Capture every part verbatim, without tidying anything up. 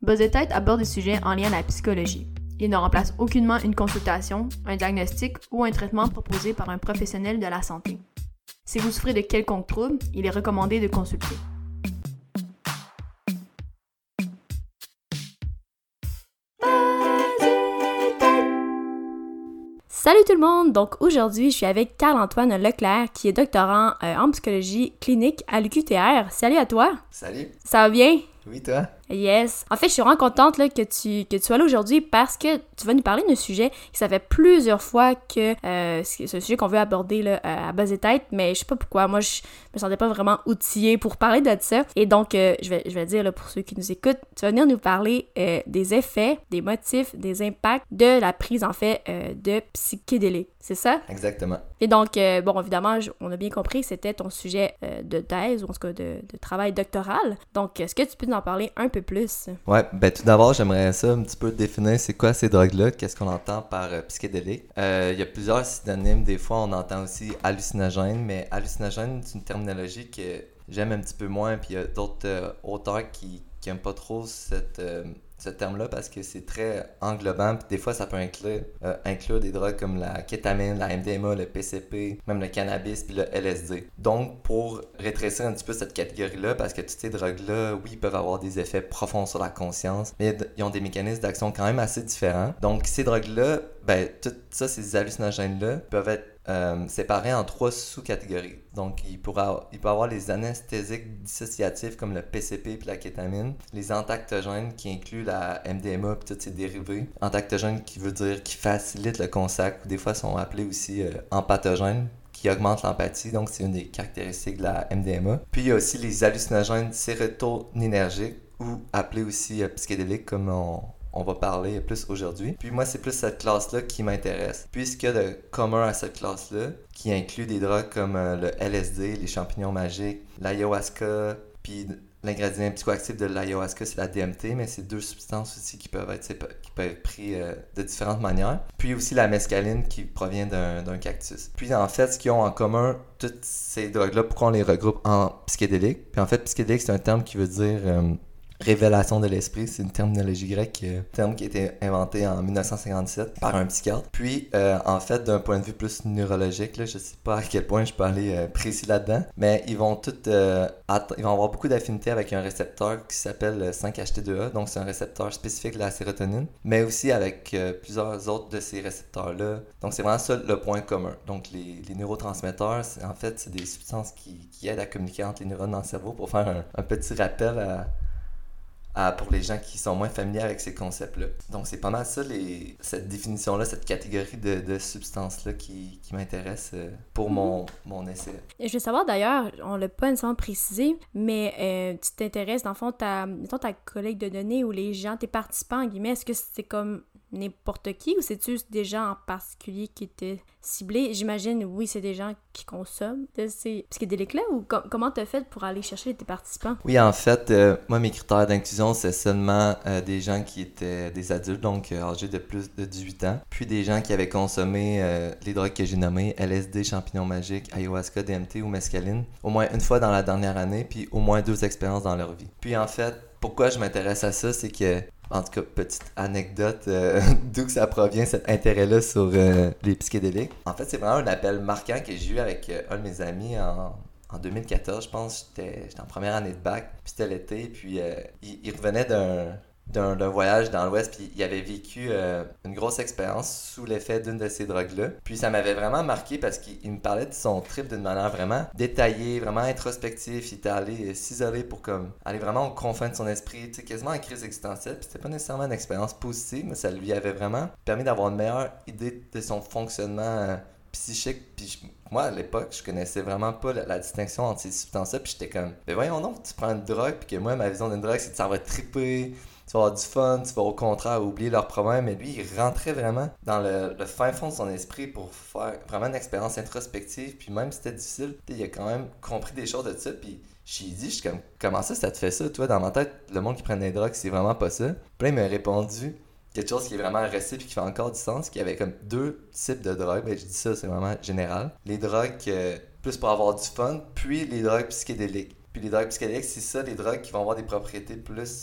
Buzz-et-Tête aborde des sujets en lien à la psychologie. Il ne remplace aucunement une consultation, un diagnostic ou un traitement proposé par un professionnel de la santé. Si vous souffrez de quelconque trouble, il est recommandé de consulter. Salut tout le monde! Donc aujourd'hui, je suis avec Carl-Antoine Leclerc qui est doctorant euh, en psychologie clinique à l'U Q T R. Salut à toi! Salut! Ça va bien? Oui, toi? Yes! En fait, je suis vraiment contente là, que, tu, que tu sois là aujourd'hui parce que tu vas nous parler d'un sujet qui ça fait plusieurs fois que euh, c'est un sujet qu'on veut aborder là, à Buzz-et-Tête, mais je sais pas pourquoi. Moi, je me sentais pas vraiment outillée pour parler de ça. Et donc, euh, je vais, je vais dire là, pour ceux qui nous écoutent, tu vas venir nous parler euh, des effets, des motifs, des impacts de la prise, en fait, euh, de psychédéliques. C'est ça? Exactement. Et donc, euh, bon, évidemment, je, on a bien compris que c'était ton sujet euh, de thèse, ou en tout cas de, de travail doctoral. Donc, est-ce que tu peux nous en parler un peu plus? Ouais, ben tout d'abord, j'aimerais ça un petit peu définir c'est quoi ces drogues-là, qu'est-ce qu'on entend par euh, psychédélique. Euh, Il y a plusieurs synonymes, des fois on entend aussi hallucinogène, mais hallucinogène, c'est une terminologie que j'aime un petit peu moins, puis il y a d'autres euh, auteurs qui n'aiment pas trop cette... Euh, ce terme-là parce que c'est très englobant puis des fois ça peut inclure, euh, inclure des drogues comme la kétamine, la M D M A, le P C P, même le cannabis puis le L S D. Donc pour rétrécir un petit peu cette catégorie-là, parce que toutes ces drogues-là, oui, peuvent avoir des effets profonds sur la conscience, mais ils ont des mécanismes d'action quand même assez différents. Donc ces drogues-là, ben tout ça, ces hallucinogènes-là peuvent être Euh, séparés en trois sous-catégories. Donc, il, pourra, il peut y avoir les anesthésiques dissociatifs comme le P C P et la kétamine, les entactogènes qui incluent la M D M A et tous ses dérivés. Entactogènes qui veut dire qui facilitent le contact, ou des fois sont appelés aussi euh, empathogènes, qui augmentent l'empathie, donc c'est une des caractéristiques de la M D M A. Puis il y a aussi les hallucinogènes sérotoninergiques, ou appelés aussi euh, psychédéliques comme on... on va parler plus aujourd'hui. Puis moi, c'est plus cette classe-là qui m'intéresse. Puis ce qu'il y a de commun à cette classe-là, qui inclut des drogues comme euh, le L S D, les champignons magiques, l'ayahuasca, puis l'ingrédient psychoactif de l'ayahuasca, c'est la D M T, mais c'est deux substances aussi qui peuvent être, qui peuvent être prises euh, de différentes manières. Puis aussi la mescaline qui provient d'un, d'un cactus. Puis en fait, ce qu'ils ont en commun, toutes ces drogues-là, pourquoi on les regroupe en psychédéliques. Puis en fait, psychédélique, c'est un terme qui veut dire... Euh, révélation de l'esprit, c'est une terminologie grecque, un terme qui a été inventé en dix-neuf cent cinquante-sept par un psychiatre. Puis, euh, en fait, d'un point de vue plus neurologique, là, je sais pas à quel point je peux aller euh, précis là-dedans, mais ils vont toutes, euh, att- ils vont avoir beaucoup d'affinité avec un récepteur qui s'appelle le cinq H T deux A, donc c'est un récepteur spécifique de la sérotonine, mais aussi avec euh, plusieurs autres de ces récepteurs-là. Donc, c'est vraiment ça le point commun. Donc, les, les neurotransmetteurs, c'est, en fait, c'est des substances qui, qui aident à communiquer entre les neurones dans le cerveau. Pour faire un, un petit rappel à À, pour les gens qui sont moins familiers avec ces concepts-là. Donc, c'est pas mal ça, les, cette définition-là, cette catégorie de, de substances-là qui, qui m'intéresse euh, pour mon, mon essai. Et je veux savoir d'ailleurs, on l'a pas nécessairement précisé, mais euh, tu t'intéresses, dans le fond, ta, mettons, ta collecte de données ou les gens, tes participants, en guillemets, est-ce que c'est comme n'importe qui ou c'est juste des gens en particulier qui étaient ciblés? J'imagine, oui, c'est des gens qui consomment de ces psychédéliques-là ou com- comment t'as fait pour aller chercher tes participants? Oui, en fait, euh, moi, mes critères d'inclusion, c'est seulement euh, des gens qui étaient des adultes, donc euh, âgés de plus de dix-huit ans, puis des gens qui avaient consommé euh, les drogues que j'ai nommées, L S D, champignons magiques, ayahuasca, D M T ou mescaline, au moins une fois dans la dernière année, puis au moins deux expériences dans leur vie. Puis en fait, pourquoi je m'intéresse à ça, c'est que en tout cas, petite anecdote euh, d'où que ça provient, cet intérêt-là sur euh, les psychédéliques. En fait, c'est vraiment un appel marquant que j'ai eu avec euh, un de mes amis en, en deux mille quatorze, je pense. J'étais, j'étais en première année de bac, puis c'était l'été, puis euh, il, il revenait d'un, d'un, d'un voyage dans l'Ouest, puis il avait vécu euh, une grosse expérience sous l'effet d'une de ces drogues-là. Puis ça m'avait vraiment marqué parce qu'il il me parlait de son trip d'une manière vraiment détaillée, vraiment introspective. Il était allé euh, s'isoler pour comme aller vraiment aux confins de son esprit, tu sais, quasiment en crise existentielle. Puis c'était pas nécessairement une expérience positive, mais ça lui avait vraiment permis d'avoir une meilleure idée de son fonctionnement euh, psychique. Puis je, moi, à l'époque, je connaissais vraiment pas la, la distinction entre ces substances-là. Puis j'étais comme, ben voyons donc, tu prends une drogue, puis que moi, ma vision d'une drogue, c'est que ça va triper, tu vas avoir du fun, tu vas au contraire oublier leurs problèmes. Mais lui, il rentrait vraiment dans le, le fin fond de son esprit pour faire vraiment une expérience introspective. Puis même si c'était difficile, il a quand même compris des choses de ça. Puis j'ai dit, je suis comme, comment ça, ça te fait ça, toi? Dans ma tête, le monde qui prend des drogues, c'est vraiment pas ça. Puis là, il m'a répondu quelque chose qui est vraiment resté puis qui fait encore du sens, qu'il y avait comme deux types de drogues. Ben, je dis ça, c'est vraiment général. Les drogues euh, plus pour avoir du fun, puis les drogues psychédéliques. Puis les drogues psychédéliques, c'est ça, les drogues qui vont avoir des propriétés plus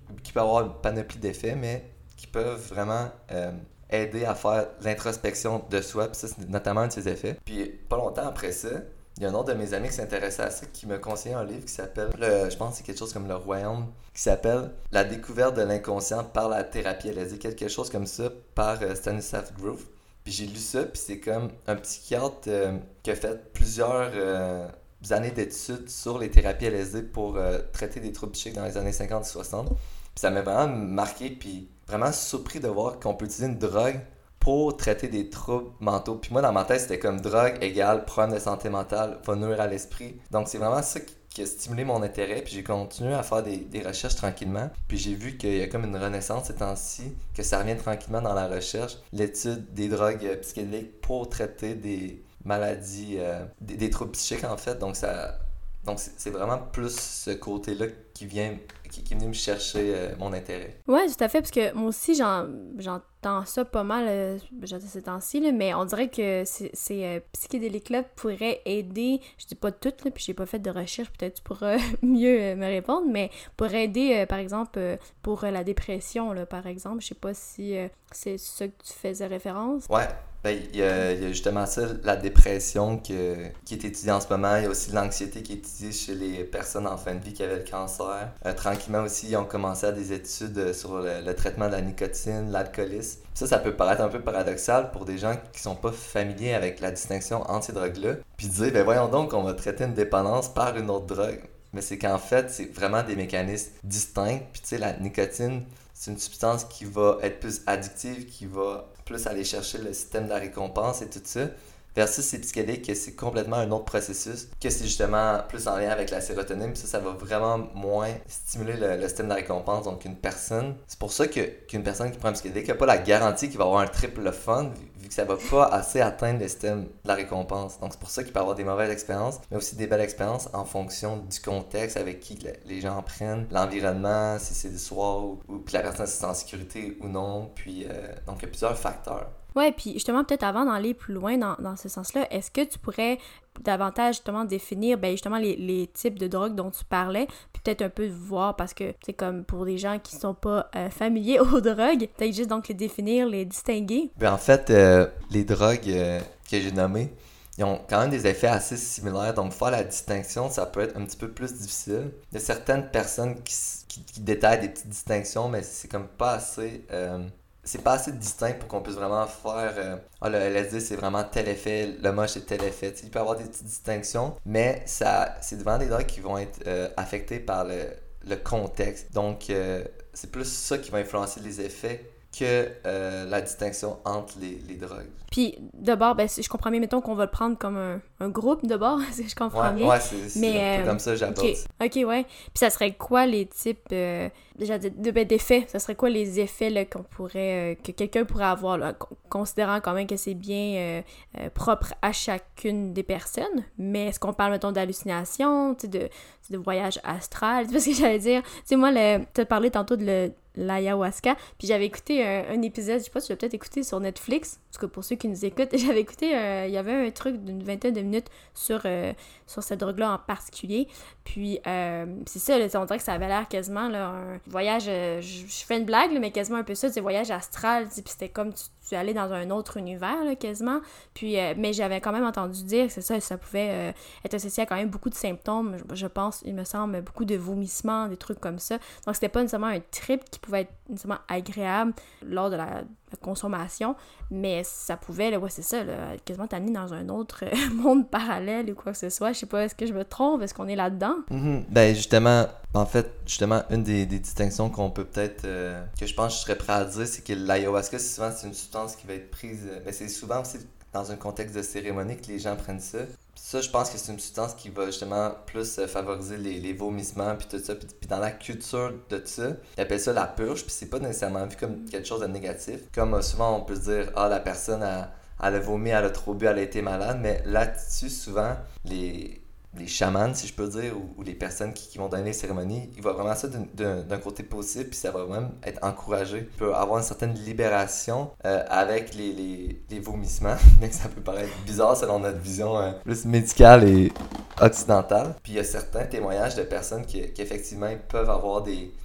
qui peut avoir une panoplie d'effets, mais qui peuvent vraiment euh, aider à faire l'introspection de soi, puis ça, c'est notamment un de ces effets. Puis pas longtemps après ça, il y a un autre de mes amis qui s'intéressait à ça, qui me conseillait un livre qui s'appelle, le, je pense que c'est quelque chose comme Le Royaume, qui s'appelle La découverte de l'inconscient par la thérapie L S D, quelque chose comme ça, par euh, Stanislav Grof. Puis j'ai lu ça, puis c'est comme un psychiatre euh, qui a fait plusieurs euh, années d'études sur les thérapies L S D pour euh, traiter des troubles psychiques dans les années cinquante et soixante. Puis ça m'a vraiment marqué, puis vraiment surpris de voir qu'on peut utiliser une drogue pour traiter des troubles mentaux. Puis moi, dans ma tête, c'était comme drogue égale problème de santé mentale, va nuire à l'esprit. Donc c'est vraiment ça qui, qui a stimulé mon intérêt. Puis j'ai continué à faire des, des recherches tranquillement. Puis j'ai vu qu'il y a comme une renaissance ces temps-ci, que ça revient tranquillement dans la recherche. L'étude des drogues euh, psychédéliques pour traiter des maladies, euh, des, des troubles psychiques en fait. Donc ça... Donc, c'est, c'est vraiment plus ce côté-là qui vient, qui, qui est venu me chercher euh, mon intérêt. Ouais, tout à fait, parce que moi aussi, j'en, j'entends ça pas mal euh, ces temps-ci, là, mais on dirait que ces, ces euh, psychédéliques-là pourraient aider, je dis pas toutes, là, puis j'ai pas fait de recherche, peut-être tu pourras mieux euh, me répondre, mais pourraient aider, euh, par exemple, euh, pour euh, la dépression, là, par exemple. Je sais pas si euh, c'est ça que tu faisais référence. Ouais. Ben, il y, a, il y a justement ça, la dépression que, qui est étudiée en ce moment. Il y a aussi l'anxiété qui est étudiée chez les personnes en fin de vie qui avaient le cancer. Euh, tranquillement aussi, ils ont commencé à des études sur le, le traitement de la nicotine, l'alcoolisme. Ça, ça peut paraître un peu paradoxal pour des gens qui sont pas familiers avec la distinction entre ces drogues-là. Puis dire, ben voyons donc qu'on va traiter une dépendance par une autre drogue. Mais c'est qu'en fait, c'est vraiment des mécanismes distincts. Puis tu sais, la nicotine, c'est une substance qui va être plus addictive, qui va plus aller chercher le système de la récompense et tout ça. Versus ces psychédéliques, que c'est complètement un autre processus, que c'est justement plus en lien avec la sérotonine, puis ça, ça va vraiment moins stimuler le, le système de la récompense. Donc, une personne, c'est pour ça que, qu'une personne qui prend un psychédélique n'a pas la garantie qu'il va avoir un triple fun, vu, vu que ça va pas assez atteindre le système de la récompense. Donc, c'est pour ça qu'il peut avoir des mauvaises expériences, mais aussi des belles expériences en fonction du contexte avec qui le, les gens prennent, l'environnement, si c'est le soir, ou, ou puis la personne se sent en sécurité ou non. Puis, euh, donc, il y a plusieurs facteurs. Ouais, puis justement, peut-être avant d'aller plus loin dans, dans ce sens-là, est-ce que tu pourrais davantage justement définir ben, justement les, les types de drogues dont tu parlais, puis peut-être un peu voir, parce que c'est comme pour des gens qui sont pas euh, familiers aux drogues, peut-être juste donc les définir, les distinguer. Ben, en fait, euh, les drogues euh, que j'ai nommées, ils ont quand même des effets assez similaires, donc faire la distinction, ça peut être un petit peu plus difficile. Il y a certaines personnes qui, qui, qui détaillent des petites distinctions, mais c'est comme pas assez... Euh, c'est pas assez distinct pour qu'on puisse vraiment faire euh, ah, le L S D c'est vraiment tel effet, le moche c'est tel effet. T'sais, il peut y avoir des petites distinctions, mais ça, c'est vraiment des drogues qui vont être euh, affectées par le, le contexte. Donc, euh, c'est plus ça qui va influencer les effets que euh, la distinction entre les, les drogues. Puis, d'abord, ben, je comprends bien, mettons qu'on va le prendre comme un, un groupe, d'abord, si je comprends ouais, bien. Ouais, c'est, c'est mais, un peu euh, comme ça que j'aborde. Okay. OK, ouais. Puis ça serait quoi les types, euh, déjà, de, de, ben, d'effets? Ça serait quoi les effets là, qu'on pourrait, euh, que quelqu'un pourrait avoir, là, considérant quand même que c'est bien euh, euh, propre à chacune des personnes? Mais est-ce qu'on parle, mettons, d'hallucination, tu sais, de, de voyage astral? Tu sais ce que j'allais dire? Tu sais, moi, tu as parlé tantôt de le, l'ayahuasca, puis j'avais écouté un, un épisode, je sais pas si tu l'as peut-être écouté sur Netflix, en tout cas pour ceux qui nous écoutent, j'avais écouté, euh, il y avait un truc d'une vingtaine de minutes sur, euh, sur cette drogue-là en particulier, puis euh, c'est ça, là, on dirait que ça avait l'air quasiment là, un voyage, euh, je, je fais une blague, là, mais quasiment un peu ça, c'est voyage astral, puis c'était comme tu, tu allais dans un autre univers, là, quasiment, puis, euh, mais j'avais quand même entendu dire que c'est ça, ça pouvait euh, être associé à quand même beaucoup de symptômes, je, je pense, il me semble, beaucoup de vomissements, des trucs comme ça, donc c'était pas nécessairement un trip qui pouvait être nécessairement agréable lors de la, la consommation, mais ça pouvait, là, ouais, c'est ça, là, quasiment t'amener dans un autre monde parallèle ou quoi que ce soit. Je sais pas, est-ce que je me trompe? Est-ce qu'on est là-dedans? Mm-hmm. Ben, justement, en fait, justement, une des, des distinctions qu'on peut peut-être, euh, que je pense que je serais prêt à dire, c'est que l'ayahuasca, souvent, c'est une substance qui va être prise, euh, mais c'est souvent aussi dans un contexte de cérémonie que les gens prennent ça. Ça, je pense que c'est une substance qui va justement plus euh, favoriser les, les vomissements puis tout ça. Puis, puis dans la culture de ça, ils appellent ça la purge, puis c'est pas nécessairement vu comme quelque chose de négatif. Comme euh, souvent, on peut se dire « Ah, la personne, a, elle a vomi, elle a trop bu, elle a été malade », mais là-dessus, souvent, les... les chamans, si je peux dire, ou, ou les personnes qui, qui vont donner les cérémonies, ils voient vraiment ça d'un, d'un, d'un côté positif, puis ça va même être encouragé. Il peut avoir une certaine libération euh, avec les, les, les vomissements, mais ça peut paraître bizarre selon notre vision euh, plus médicale et occidentale. Puis il y a certains témoignages de personnes qui, qui effectivement peuvent avoir des,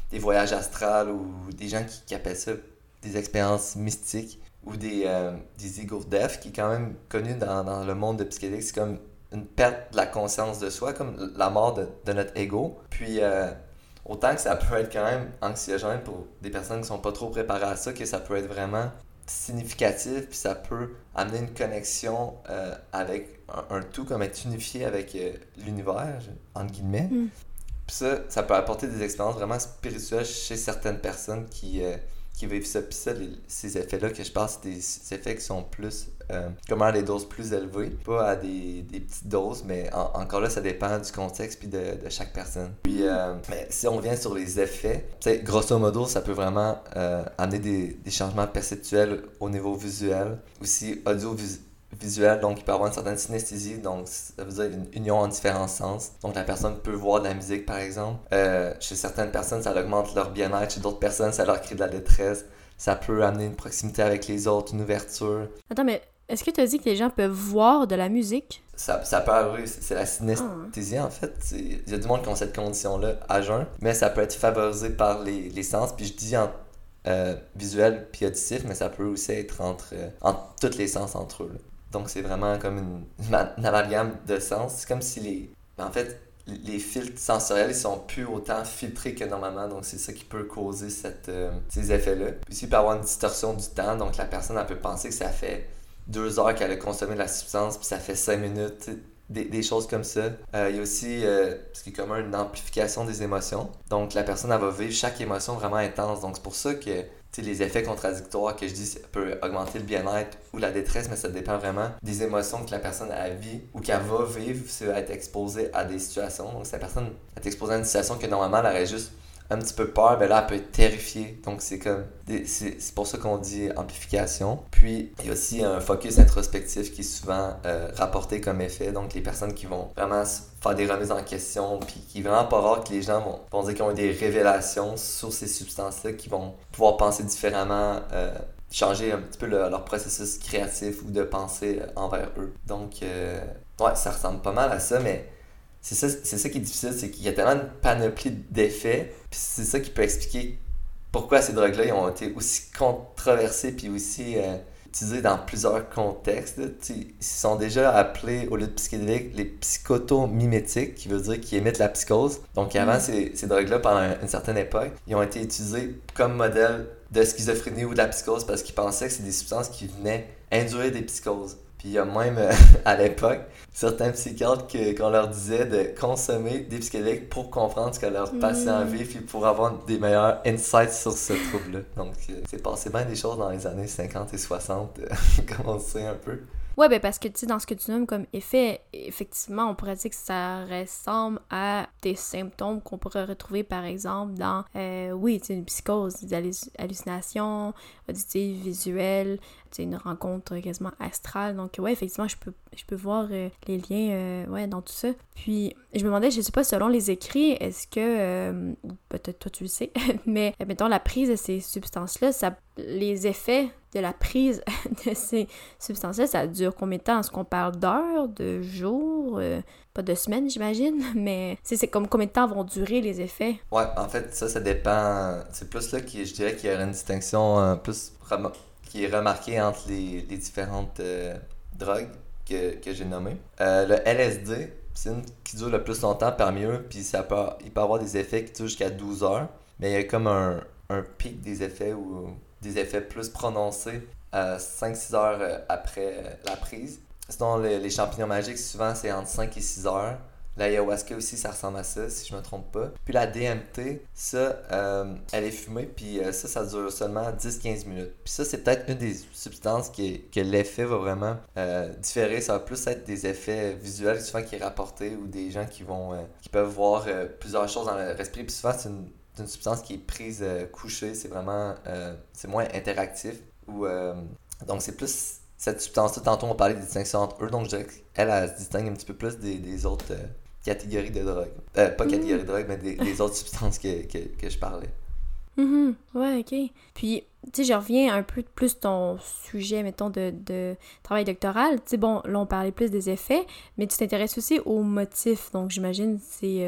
des voyages astrales ou des gens qui, qui appellent ça des expériences mystiques ou des, euh, des ego death, qui est quand même connu dans, dans le monde de psychédélique. C'est comme une perte de la conscience de soi, comme la mort de, de notre ego. Puis, euh, autant que ça peut être quand même anxiogène pour des personnes qui sont pas trop préparées à ça, que ça peut être vraiment significatif, puis ça peut amener une connexion euh, avec un, un tout, comme être unifié avec euh, l'univers, entre guillemets. Mm. Puis ça, ça peut apporter des expériences vraiment spirituelles chez certaines personnes qui, euh, qui vivent ça. Puis ça, les, ces effets-là que je parle, c'est des effets qui sont plus, euh, comment à des doses plus élevées, pas à des, des petites doses, mais en, encore là, ça dépend du contexte puis de, de chaque personne. Puis, euh, mais si on revient sur les effets, grosso modo, ça peut vraiment euh, amener des, des changements perceptuels au niveau visuel, aussi audiovisuel. Visuel, donc il peut avoir une certaine synesthésie, donc ça veut dire une union en différents sens. Donc la personne peut voir de la musique par exemple. Euh, chez certaines personnes, ça augmente leur bien-être, chez d'autres personnes, ça leur crée de la détresse. Ça peut amener une proximité avec les autres, une ouverture. Attends, mais est-ce que tu as dit que les gens peuvent voir de la musique? Ça, ça peut arriver, c'est la synesthésie en fait. Il y a du monde qui ont cette condition-là à jeun, mais ça peut être favorisé par les, les sens. Puis je dis en euh, visuel puis auditif, mais ça peut aussi être entre, euh, entre tous les sens entre eux. Là. Donc, c'est vraiment comme une, une amalgame de sens. C'est comme si les... En fait, les filtres sensoriels, ils sont plus autant filtrés que normalement. Donc, c'est ça qui peut causer cette, euh, ces effets-là. Puis aussi, il peut y avoir une distorsion du temps. Donc, la personne, elle peut penser que ça fait deux heures qu'elle a consommé de la substance, puis ça fait cinq minutes. Des, des choses comme ça. Euh, il y a aussi, euh, ce qui est commun, une amplification des émotions. Donc, la personne, elle va vivre chaque émotion vraiment intense. Donc, c'est pour ça que les effets contradictoires que je dis, ça peut augmenter le bien-être ou la détresse, mais ça dépend vraiment des émotions que la personne a vit ou qu'elle va vivre si elle est exposée à des situations. Donc, si la personne est exposée à une situation que normalement, elle aurait juste un petit peu peur, ben là, elle peut être terrifiée. Donc, c'est comme des, c'est, c'est pour ça qu'on dit amplification. Puis, il y a aussi un focus introspectif qui est souvent euh, rapporté comme effet. Donc, les personnes qui vont vraiment faire des remises en question, puis qui est vraiment pas rare que les gens vont, vont dire qu'ils ont eu des révélations sur ces substances-là, qui vont pouvoir penser différemment, euh, changer un petit peu le, leur processus créatif ou de pensée envers eux. Donc, euh, ouais, ça ressemble pas mal à ça, mais c'est ça, c'est ça qui est difficile, c'est qu'il y a tellement une panoplie d'effets, puis c'est ça qui peut expliquer pourquoi ces drogues-là ils ont été aussi controversées puis aussi euh, utilisées dans plusieurs contextes. Là. Ils sont déjà appelés, au lieu de psychédéliques, les psychotomimétiques, qui veut dire qu'ils émettent la psychose. Donc avant, mm. ces, ces drogues-là, pendant une certaine époque, ils ont été utilisés comme modèle de schizophrénie ou de la psychose parce qu'ils pensaient que c'est des substances qui venaient induire des psychoses. Puis il y a même, euh, à l'époque, certains psychiatres que, qu'on leur disait de consommer des psychédéliques pour comprendre ce que leurs mmh. patients vivent puis pour avoir des meilleurs insights sur ce trouble-là. Donc, euh, c'est passé bien des choses dans les années cinquante et soixante, euh, comme on le sait un peu. Ouais, ben parce que, tu sais, dans ce que tu nommes comme effet, effectivement, on pourrait dire que ça ressemble à des symptômes qu'on pourrait retrouver, par exemple, dans, euh, oui, tu sais, une psychose, des hallucinations auditives, visuelles, tu sais, une rencontre quasiment astrale. Donc, ouais, effectivement, je peux, je peux voir euh, les liens, euh, ouais, dans tout ça. Puis, je me demandais, je sais pas, selon les écrits, est-ce que, euh, ou peut-être toi tu le sais, mais, mettons, la prise de ces substances-là, ça, les effets de la prise de ces substances-là, ça dure combien de temps? Est-ce qu'on parle d'heures, de jours, euh, pas de semaines, j'imagine, mais c'est, c'est comme combien de temps vont durer les effets? Ouais, en fait, ça, ça dépend. C'est plus là que je dirais qu'il y aurait une distinction euh, plus rem- qui est remarquée entre les, les différentes euh, drogues que, que j'ai nommées. Euh, le L S D, c'est une qui dure le plus longtemps parmi eux, puis ça peut, il peut avoir des effets qui durent jusqu'à douze heures, mais il y a comme un, un pic des effets ou des effets plus prononcés à cinq six heures après la prise. Sinon, les, les champignons magiques, souvent, c'est entre cinq et six heures. L'ayahuasca aussi, ça ressemble à ça, si je me trompe pas. Puis la D M T, ça, euh, elle est fumée, puis euh, ça, ça dure seulement dix à quinze minutes. Puis ça, c'est peut-être une des substances qui, que l'effet va vraiment euh, différer. Ça va plus être des effets visuels, souvent qui est rapporté, ou des gens qui vont euh, qui peuvent voir euh, plusieurs choses dans leur esprit. Puis souvent, c'est une, c'est une substance qui est prise euh, couchée, c'est vraiment, euh, c'est moins interactif. Ou, euh, donc, c'est plus cette substance-là. Tantôt, on parlait des distinctions entre eux, donc je dirais qu'elle, elle se distingue un petit peu plus des, des autres euh, catégories de drogue. Euh, pas catégories de drogue, mais des, des autres substances que, que, que je parlais. Mm-hmm. Ouais, ok. Puis, tu sais, je reviens un peu plus ton sujet, mettons, de, de travail doctoral. Tu sais, bon, là, on parlait plus des effets, mais tu t'intéresses aussi aux motifs. Donc, j'imagine, c'est... Euh,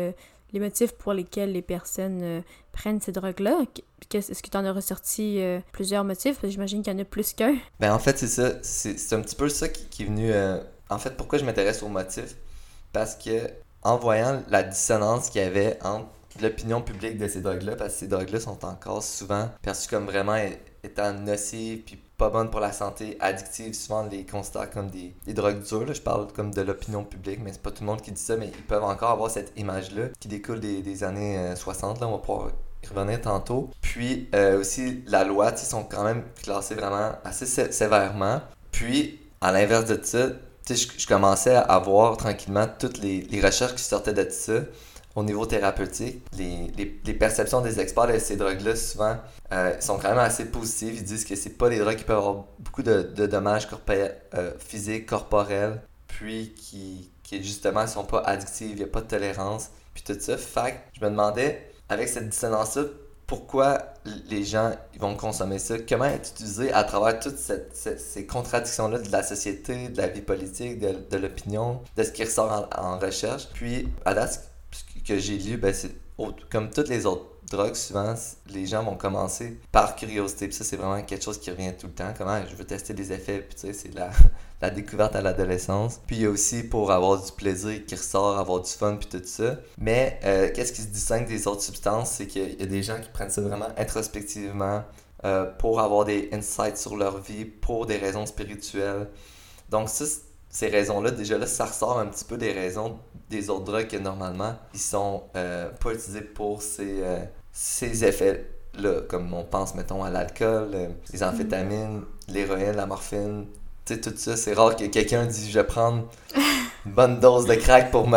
les motifs pour lesquels les personnes euh, prennent ces drogues-là. Est-ce que tu en as ressorti euh, plusieurs motifs? Parce que j'imagine qu'il y en a plus qu'un. Ben en fait, c'est ça. C'est, c'est un petit peu ça qui, qui est venu... Euh... En fait, pourquoi je m'intéresse aux motifs? Parce que en voyant la dissonance qu'il y avait entre l'opinion publique de ces drogues-là, parce que ces drogues-là sont encore souvent perçues comme vraiment étant nocives, puis pas bonnes pour la santé, addictives. Souvent, on les considère comme des, des drogues dures. Là. Je parle comme de l'opinion publique, mais c'est pas tout le monde qui dit ça, mais ils peuvent encore avoir cette image-là qui découle des, des années soixante. Là, on va pouvoir y revenir tantôt. Puis euh, aussi, la loi, ils sont quand même classés vraiment assez sé- sévèrement. Puis, à l'inverse de ça, je, je commençais à voir tranquillement toutes les, les recherches qui sortaient de ça. Au niveau thérapeutique, les, les, les perceptions des experts de ces drogues-là, souvent, euh, sont quand même assez positives. Ils disent que c'est pas des drogues qui peuvent avoir beaucoup de, de dommages corporels, euh, physiques, corporels, puis qui, qui justement, sont pas addictives, il n'y a pas de tolérance, puis tout ça. Fait que je me demandais, avec cette dissonance-là, pourquoi les gens ils vont consommer ça? Comment être utilisé à travers toutes cette, cette, ces contradictions-là de la société, de la vie politique, de, de l'opinion, de ce qui ressort en, en recherche? Puis, à date, que j'ai lu, ben c'est comme toutes les autres drogues, souvent les gens vont commencer par curiosité, puis ça c'est vraiment quelque chose qui revient tout le temps, comment je veux tester les effets, puis tu sais c'est la, la découverte à l'adolescence, puis il y a aussi pour avoir du plaisir qui ressort, avoir du fun, puis tout ça, mais euh, qu'est-ce qui se distingue des autres substances, c'est qu'il y a des gens qui prennent ça vraiment introspectivement, euh, pour avoir des insights sur leur vie, pour des raisons spirituelles, donc ça c'est ces raisons-là, déjà là, ça ressort un petit peu des raisons des autres drogues que normalement, ils sont euh, pas utilisés pour ces, euh, ces effets-là, comme on pense, mettons, à l'alcool, euh, les amphétamines, l'héroïne, la morphine, tu sais, tout ça. C'est rare que quelqu'un dise « je vais prendre une bonne dose de crack pour me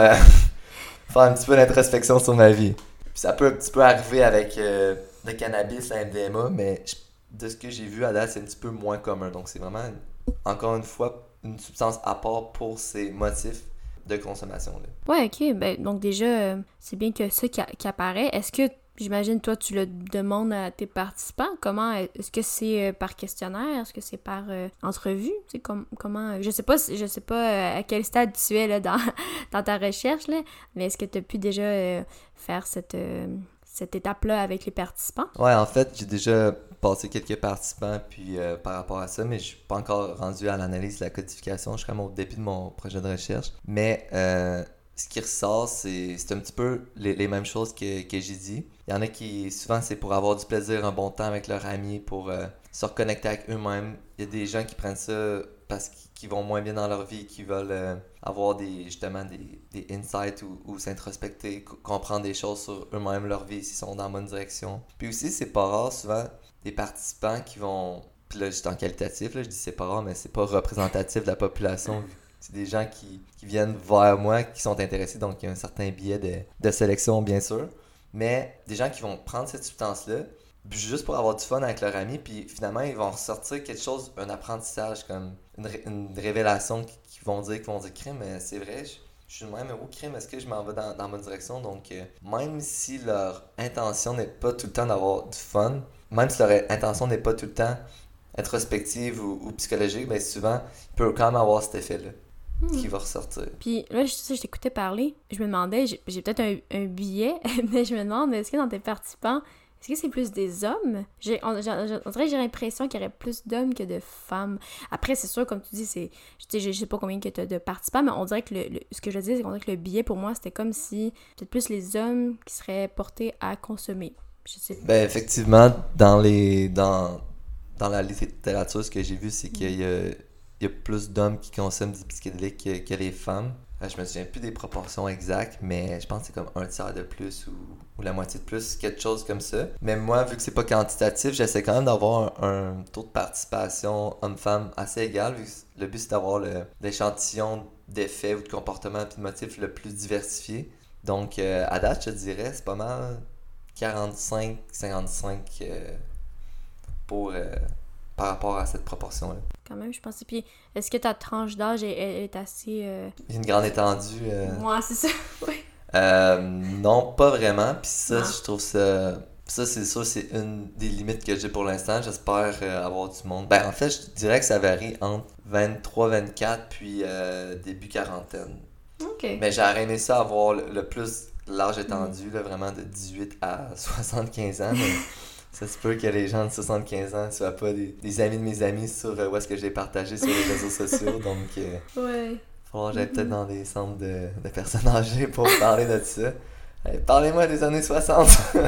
faire un petit peu d'introspection sur ma vie ». Puis ça peut un petit peu arriver avec euh, le cannabis, la M D M A, mais de ce que j'ai vu à date, c'est un petit peu moins commun. Donc c'est vraiment, encore une fois, une substance à part pour ses motifs de consommation. Là. Ouais, ok. Ben, donc déjà, euh, c'est bien que ça qui, a, qui apparaît. Est-ce que, j'imagine, toi, tu le demandes à tes participants? Comment, est-ce que c'est euh, par questionnaire? Est-ce que c'est par euh, entrevue? C'est com- comment, je sais pas, je sais pas euh, à quel stade tu es là, dans, dans ta recherche, là, mais est-ce que tu as pu déjà euh, faire cette... Euh, cette étape-là avec les participants? Ouais, en fait, j'ai déjà passé quelques participants puis euh, par rapport à ça, mais je suis pas encore rendu à l'analyse de la codification. Je suis vraiment au début de mon projet de recherche. Mais euh, ce qui ressort, c'est, c'est un petit peu les, les mêmes choses que, que j'ai dit. Il y en a qui, souvent, c'est pour avoir du plaisir, un bon temps avec leurs amis, pour euh, se reconnecter avec eux-mêmes. Il y a des gens qui prennent ça parce qu'ils vont moins bien dans leur vie, qui veulent euh, avoir des, justement des, des insights ou, ou s'introspecter, c- comprendre des choses sur eux-mêmes, leur vie, s'ils sont dans la bonne direction. Puis aussi, c'est pas rare, souvent, des participants qui vont... Puis là, juste en qualitatif, là, je dis c'est pas rare, mais c'est pas représentatif de la population. C'est des gens qui, qui viennent vers moi, qui sont intéressés, donc il y a un certain biais de, de sélection, bien sûr. Mais des gens qui vont prendre cette substance-là, juste pour avoir du fun avec leurs amis, puis finalement, ils vont ressortir quelque chose, un apprentissage, comme une, ré- une révélation qui, qui vont dire, qui vont dire, crime, mais c'est vrai, je, je suis le même, oh crime, est-ce que je m'en vais dans, dans ma direction? Donc, euh, même si leur intention n'est pas tout le temps d'avoir du fun, même si leur intention n'est pas tout le temps introspective ou, ou psychologique, ben souvent, ils peuvent quand même avoir cet effet-là. Hmm. Qui va ressortir. Puis là, je, je t'écoutais parler, je me demandais, j'ai, j'ai peut-être un, un billet, mais je me demande, est-ce que dans tes participants, est-ce que c'est plus des hommes? J'ai, on, j'ai, on dirait que j'ai l'impression qu'il y aurait plus d'hommes que de femmes. Après, c'est sûr, comme tu dis, c'est, je, je sais pas combien que tu as de participants, mais on dirait que le, le, ce que je dis, c'est qu'on dirait que le billet, pour moi, c'était comme si peut-être plus les hommes qui seraient portés à consommer. Je sais pas. Ben, effectivement, dans les dans, dans la littérature, ce que j'ai vu, c'est qu'il y a il y a plus d'hommes qui consomment des psychédéliques que, que les femmes. Euh, je me souviens plus des proportions exactes, mais je pense que c'est comme un tiers de plus ou, ou la moitié de plus, quelque chose comme ça. Mais moi, vu que c'est pas quantitatif, j'essaie quand même d'avoir un, un taux de participation homme-femme assez égal. Vu que le but, c'est d'avoir le, l'échantillon d'effets ou de comportements et de motifs le plus diversifié. Donc, euh, à date, je te dirais, c'est pas mal quarante-cinq cinquante-cinq euh, pour... Euh, par rapport à cette proportion-là. Quand même, je pense. Puis, est-ce que ta tranche d'âge est, est, est assez... Euh... Il y a une grande étendue. Euh... Ouais, c'est ça. Ouais. Euh, non, pas vraiment. Puis ça, non. je trouve ça... Ça, c'est sûr, c'est une des limites que j'ai pour l'instant. J'espère euh, avoir du monde. Ben, en fait, je dirais que ça varie entre vingt-trois vingt-quatre puis euh, début quarantaine. OK. Mais j'aurais aimé ça avoir le, le plus l'âge étendu, là, vraiment de dix-huit à soixante-quinze ans. Mais ça se peut que les gens de soixante-quinze ans ne soient pas des, des amis de mes amis sur euh, où est-ce que je l'ai partagé sur les réseaux sociaux. Donc, euh, Ouais. il va falloir que j'aille peut-être dans des centres de, de personnes âgées pour parler de ça. Hey, parlez-moi des années soixante!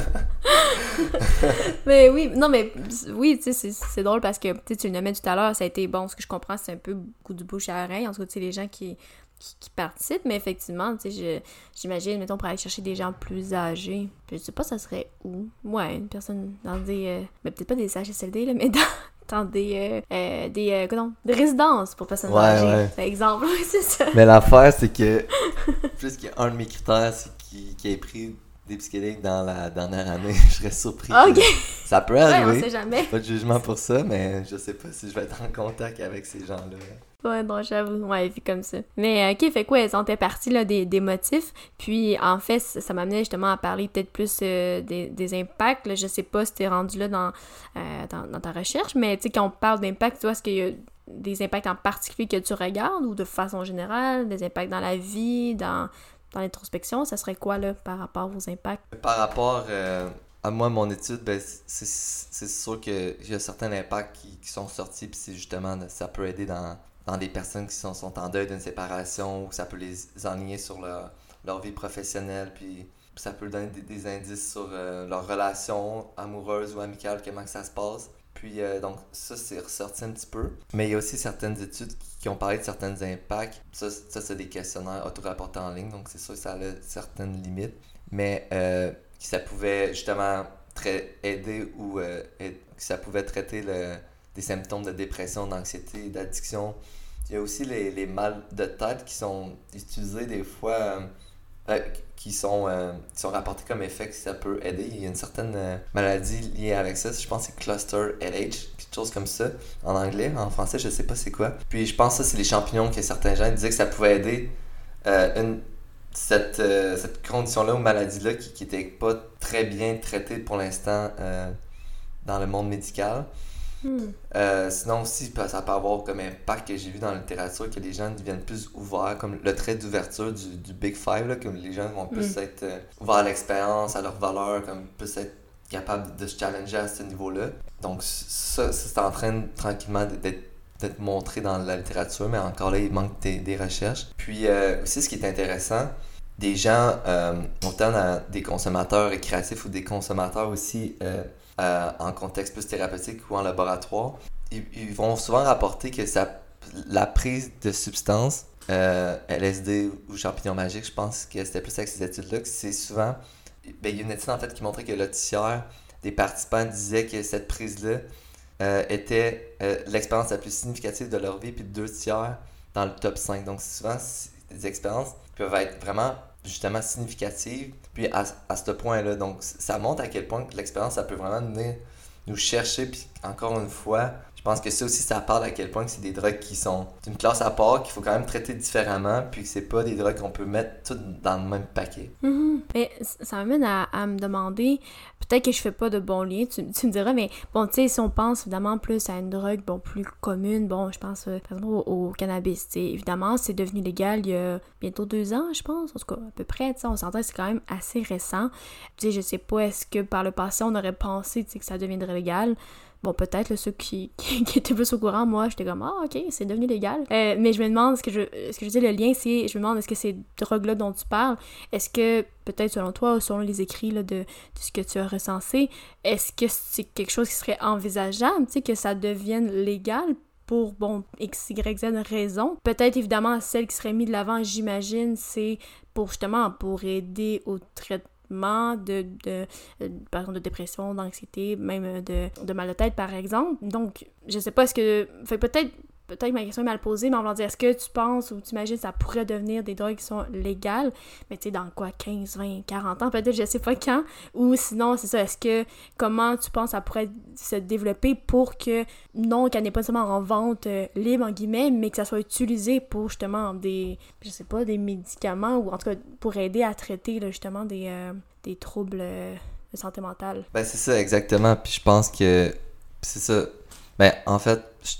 Mais oui, non, mais oui, tu sais, c'est, c'est drôle parce que tu le nommais tout à l'heure, ça a été bon. Ce que je comprends, c'est un peu beaucoup du bouche à oreille. En tout cas, tu sais, les gens qui, qui, qui participent, mais effectivement, tu sais, je, j'imagine, mettons, pour aller chercher des gens plus âgés. Puis je sais pas, ça serait où? Ouais, une personne dans des. Euh, mais peut-être pas des C H S L D, là, mais dans. dans des, euh, euh, des, euh, comment, des résidences pour personnes ouais, âgées, ouais. par exemple. c'est ça. Mais l'affaire, c'est que, plus qu'un de mes critères, c'est qu'il, qu'il ait pris des psychédéliques dans la dernière année. Je serais surpris. Ok. Ça peut Ouais, on arriver. sait jamais. Pas de jugement pour ça, mais je sais pas si je vais être en contact avec ces gens-là. Ouais, non, j'avoue. Ouais, fait comme ça. Mais, ok, fait quoi, elles ont été parties, là, des, des motifs. Puis, en fait, ça, ça m'amenait justement à parler peut-être plus euh, des, des impacts. Là, je sais pas si t'es rendu là dans, euh, dans, dans ta recherche, mais tu sais, quand on parle d'impact, tu vois, est-ce qu'il y a des impacts en particulier que tu regardes ou de façon générale, des impacts dans la vie, dans, dans l'introspection, ça serait quoi, là, par rapport aux impacts? Par rapport euh, à moi, mon étude, ben, c'est, c'est sûr qu'il y a certains impacts qui, qui sont sortis, puis c'est justement, ça peut aider dans, dans des personnes qui sont, sont en deuil d'une séparation, ou ça peut les enligner sur leur, leur vie professionnelle, puis ça peut donner des, des indices sur euh, leur relation amoureuse ou amicale, comment que ça se passe. Puis, euh, donc, ça, c'est ressorti un petit peu. Mais il y a aussi certaines études qui, qui ont parlé de certains impacts. Ça, ça c'est des questionnaires auto-rapportés en ligne, donc c'est sûr que ça a certaines limites. Mais euh, que ça pouvait justement tra- aider ou euh, aide, que ça pouvait traiter le, des symptômes de dépression, d'anxiété, d'addiction. Il y a aussi les, les mal de tête qui sont utilisés des fois... Euh, Euh, qui sont euh, qui sont rapportés comme effet que ça peut aider. Il y a une certaine euh, maladie liée avec ça. Je pense que c'est cluster L H, quelque chose comme ça, en anglais. En français, je sais pas c'est quoi. Puis je pense que ça, c'est les champignons que certains gens disaient que ça pouvait aider euh, une, cette, euh, cette condition-là ou maladie-là qui, qui était pas très bien traitée pour l'instant euh, dans le monde médical. Hmm. Euh, sinon aussi, ça peut avoir comme impact que j'ai vu dans la littérature que les gens deviennent plus ouverts, comme le trait d'ouverture du, du Big Five, là, comme les gens vont plus hmm. être euh, ouverts à l'expérience, à leurs valeurs, comme plus être capables de se challenger à ce niveau-là. Donc ça, ça c'est en train de, tranquillement d'être, d'être montré dans la littérature, mais encore là, il manque des, des recherches. Puis euh, aussi, ce qui est intéressant, des gens, euh, autant dans des consommateurs récréatifs ou des consommateurs aussi euh, euh, en contexte plus thérapeutique ou en laboratoire, ils, ils vont souvent rapporter que ça, la prise de substances, euh, L S D ou champignons magiques, je pense que c'était plus avec ces études-là, que c'est souvent... Ben, il y a une étude en fait qui montrait que le tiers des participants disaient que cette prise-là euh, était euh, l'expérience la plus significative de leur vie, puis deux tiers dans le top cinq. Donc souvent, c'est des expériences qui peuvent être vraiment justement significatives, puis à, à ce point-là. Donc ça montre à quel point l'expérience, ça peut vraiment venir nous chercher, puis encore une fois, je pense que ça aussi, ça parle à quel point que c'est des drogues qui sont d'une classe à part, qu'il faut quand même traiter différemment, puis que c'est pas des drogues qu'on peut mettre toutes dans le même paquet. Mm-hmm. Mais ça m'amène à, à me demander, peut-être que je fais pas de bons liens, tu, tu me diras, mais bon, tu sais, si on pense évidemment plus à une drogue, bon, plus commune, bon, je pense euh, par exemple au, au cannabis, tu sais, évidemment, c'est devenu légal il y a bientôt deux ans, je pense, en tout cas, à peu près, tu sais, on s'entend, c'est quand même assez récent. Tu sais, je sais pas, est-ce que par le passé, on aurait pensé, tu sais, que ça deviendrait légal. Bon, peut-être, là, ceux qui, qui, qui étaient plus au courant, moi, j'étais comme « Ah, ok, c'est devenu légal. Euh, » Mais je me demande, ce que je, ce que je dis, le lien, c'est, je me demande, est-ce que ces drogues-là dont tu parles, est-ce que, peut-être selon toi, ou selon les écrits là, de, de ce que tu as recensé, est-ce que c'est quelque chose qui serait envisageable, tu sais, que ça devienne légal pour, bon, X, Y, Z raison? Peut-être, évidemment, celle qui serait mise de l'avant, j'imagine, c'est pour, justement, pour aider au traitement de, de, de, par exemple, de dépression, d'anxiété, même de, de mal de tête, par exemple. Donc, je sais pas, est-ce que... Fait peut-être, peut-être ma question est mal posée, mais on va dire, est-ce que tu penses ou tu imagines que ça pourrait devenir des drogues qui sont légales, mais tu sais, dans quoi, quinze, vingt, quarante ans, peut-être, je sais pas quand, ou sinon, c'est ça, est-ce que, comment tu penses que ça pourrait se développer pour que, non, qu'elle n'est pas seulement en vente euh, libre, en guillemets, mais que ça soit utilisé pour, justement, des, je sais pas, des médicaments, ou en tout cas, pour aider à traiter, là, justement, des, euh, des troubles euh, de santé mentale. Ben, c'est ça, exactement, puis je pense que, c'est ça, ben, en fait, je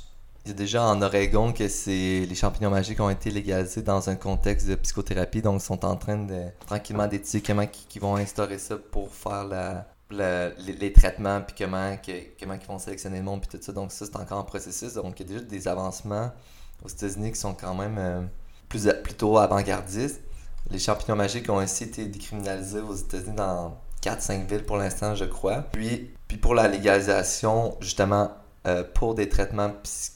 il y a déjà en Oregon que c'est les champignons magiques ont été légalisés dans un contexte de psychothérapie, donc ils sont en train de tranquillement d'étudier comment ils vont instaurer ça pour faire la, la, les, les traitements, puis comment, que, comment ils vont sélectionner le monde, puis tout ça. Donc ça, c'est encore en processus. Donc il y a déjà des avancements aux États-Unis qui sont quand même euh, plus, plutôt avant-gardistes. Les champignons magiques ont aussi été décriminalisés aux États-Unis dans quatre cinq villes pour l'instant, je crois. Puis, puis pour la légalisation, justement, euh, pour des traitements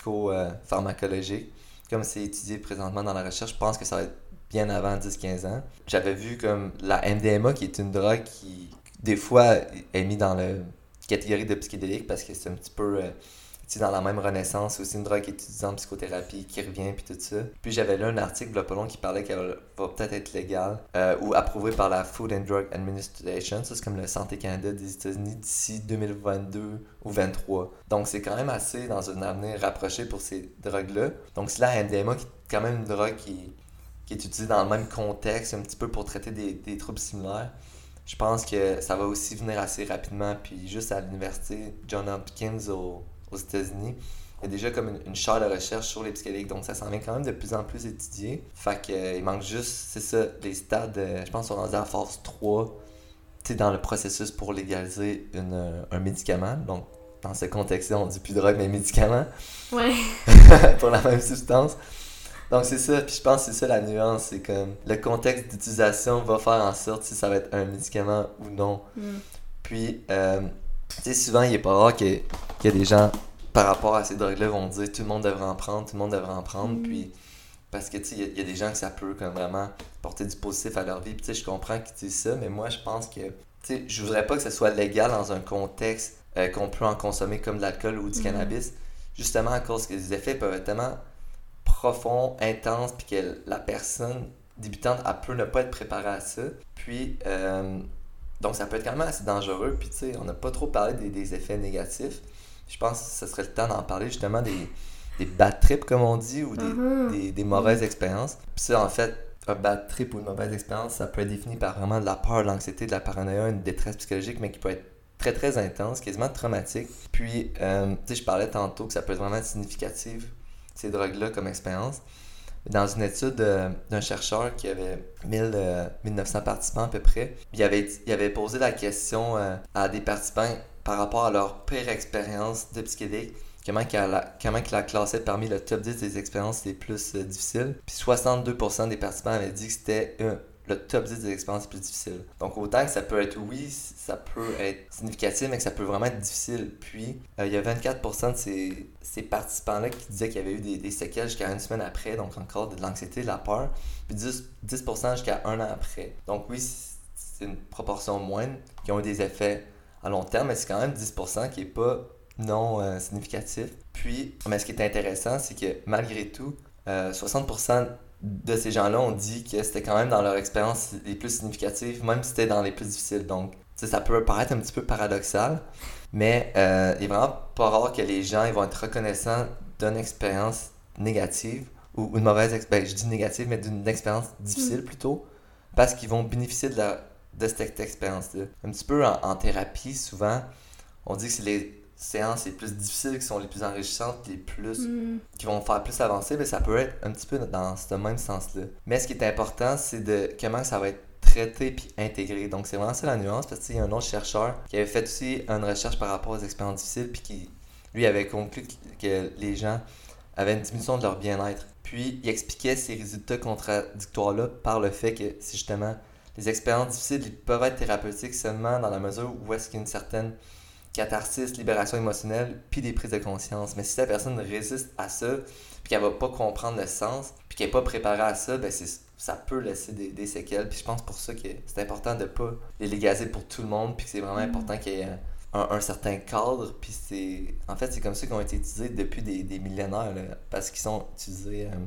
psychopharmacologiques, comme c'est étudié présentement dans la recherche, je pense que ça va être bien avant dix quinze ans. J'avais vu comme la M D M A, qui est une drogue qui, des fois, est mise dans la catégorie de psychédélique parce que c'est un petit peu... Euh, dans la même renaissance, c'est aussi une drogue qui est utilisée en psychothérapie, qui revient, puis tout ça. Puis j'avais lu un article, là, pas long, qui parlait qu'elle va peut-être être légale euh, ou approuvée par la Food and Drug Administration, ça c'est comme le Santé Canada des États-Unis, d'ici deux mille vingt-deux ou vingt-trois. Donc c'est quand même assez dans un avenir rapproché pour ces drogues-là. Donc c'est la M D M A qui est quand même une drogue qui, qui est utilisée dans le même contexte, un petit peu pour traiter des, des troubles similaires. Je pense que ça va aussi venir assez rapidement, puis juste à l'université Johns Hopkins au aux États-Unis, il y a déjà comme une, une chaire de recherche sur les psychédéliques, donc ça s'en vient quand même de plus en plus étudié. Fait que, euh, il manque juste, c'est ça, les stades, euh, je pense qu'on est rendu à la phase trois, tu sais, dans le processus pour légaliser une, euh, un médicament. Donc, dans ce contexte-là, on dit plus drogue, mais médicament. Ouais. Pour la même substance. Donc, c'est ça, puis je pense que c'est ça la nuance, c'est comme le contexte d'utilisation va faire en sorte si ça va être un médicament ou non. Mm. Puis, euh, tu sais, souvent, il est pas rare que, qu'il y a des gens, par rapport à ces drogues-là, vont dire tout le monde devrait en prendre, tout le monde devrait en prendre. Mm. Puis, parce que, tu sais, il y, y a des gens que ça peut comme vraiment porter du positif à leur vie. Puis, tu sais, je comprends qu'ils disent ça, mais moi, je pense que, tu sais, je voudrais pas que ce soit légal dans un contexte euh, qu'on peut en consommer comme de l'alcool ou du mm. cannabis, justement à cause que les effets peuvent être tellement profonds, intenses, puis que la personne débutante, elle peut ne pas être préparée à ça. Puis, euh, donc, ça peut être quand même assez dangereux. Puis, tu sais, on n'a pas trop parlé des, des effets négatifs. Je pense que ce serait le temps d'en parler, justement, des, des bad trips, comme on dit, ou des, uh-huh. des, des mauvaises expériences. Puis ça, en fait, un bad trip ou une mauvaise expérience, ça peut être défini par vraiment de la peur, de l'anxiété, de la paranoïa, une détresse psychologique, mais qui peut être très, très intense, quasiment traumatique. Puis, euh, tu sais, je parlais tantôt que ça peut être vraiment significatif, ces drogues-là, comme expérience. Dans une étude euh, d'un chercheur qui avait mille, euh, mille neuf cents participants à peu près, il avait, il avait posé la question euh, à des participants par rapport à leur pire expérience de psychédélique, comment il la, comment il la classait parmi le top dix des expériences les plus euh, difficiles. Puis soixante-deux pour cent des participants avaient dit que c'était euh, le top dix des expériences les plus difficiles. Donc autant que ça peut être, oui, ça peut être significatif, mais que ça peut vraiment être difficile. Puis euh, il y a vingt-quatre pour cent de ces, ces participants-là qui disaient qu'il y avait eu des, des séquelles jusqu'à une semaine après, donc encore de l'anxiété, de la peur, puis dix pour cent jusqu'à un an après. Donc oui, c'est une proportion moindre qui ont eu des effets à long terme, mais c'est quand même dix pour cent qui n'est pas non euh, significatif. Puis, mais ce qui est intéressant, c'est que malgré tout, euh, soixante pour cent de ces gens-là ont dit que c'était quand même dans leur expérience les plus significatives, même si c'était dans les plus difficiles. Donc, ça peut paraître un petit peu paradoxal, mais euh, il est vraiment pas rare que les gens ils vont être reconnaissants d'une expérience négative ou une mauvaise expérience, ben, je dis négative, mais d'une expérience difficile plutôt, parce qu'ils vont bénéficier de, la, de cette expérience-là. Un petit peu en, en thérapie, souvent, on dit que c'est les séances les plus difficiles qui sont les plus enrichissantes, les plus mm. qui vont faire plus avancer, mais ça peut être un petit peu dans ce même sens-là. Mais ce qui est important, c'est de comment ça va être traité puis intégré. Donc c'est vraiment ça la nuance, parce qu'il y a un autre chercheur qui avait fait aussi une recherche par rapport aux expériences difficiles, puis qui, lui, avait conclu que les gens avaient une diminution de leur bien-être. Puis il expliquait ces résultats contradictoires-là par le fait que c'est justement les expériences difficiles, ils peuvent être thérapeutiques seulement dans la mesure où est-ce qu'il y a une certaine catharsis, libération émotionnelle, puis des prises de conscience. Mais si la personne résiste à ça, puis qu'elle va pas comprendre le sens, puis qu'elle n'est pas préparée à ça, ben c'est, ça peut laisser des, des séquelles. Puis je pense pour ça que c'est important de pas les légaliser pour tout le monde, puis que c'est vraiment mm. important qu'il y ait un, un certain cadre. Puis c'est, en fait, c'est comme ça qu'ils ont été utilisés depuis des, des millénaires, là, parce qu'ils sont utilisés... Euh,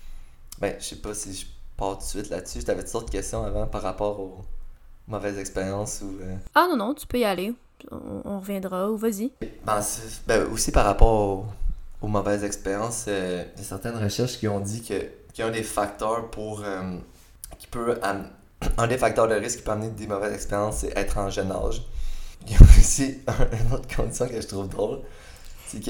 ben, je sais pas si je pars tout de suite là-dessus. T'avais toutes sortes de questions avant par rapport aux mauvaises expériences ou... Euh... Ah non, non, tu peux y aller. On, on reviendra, ou vas-y. Ben, ben, aussi par rapport aux, aux mauvaises expériences, euh, il y a certaines recherches qui ont dit que, qu'il y a un des facteurs pour... Euh, qui peut am- un des facteurs de risque qui peut amener des mauvaises expériences, c'est être en jeune âge. Il y a aussi un, une autre condition que je trouve drôle, c'est que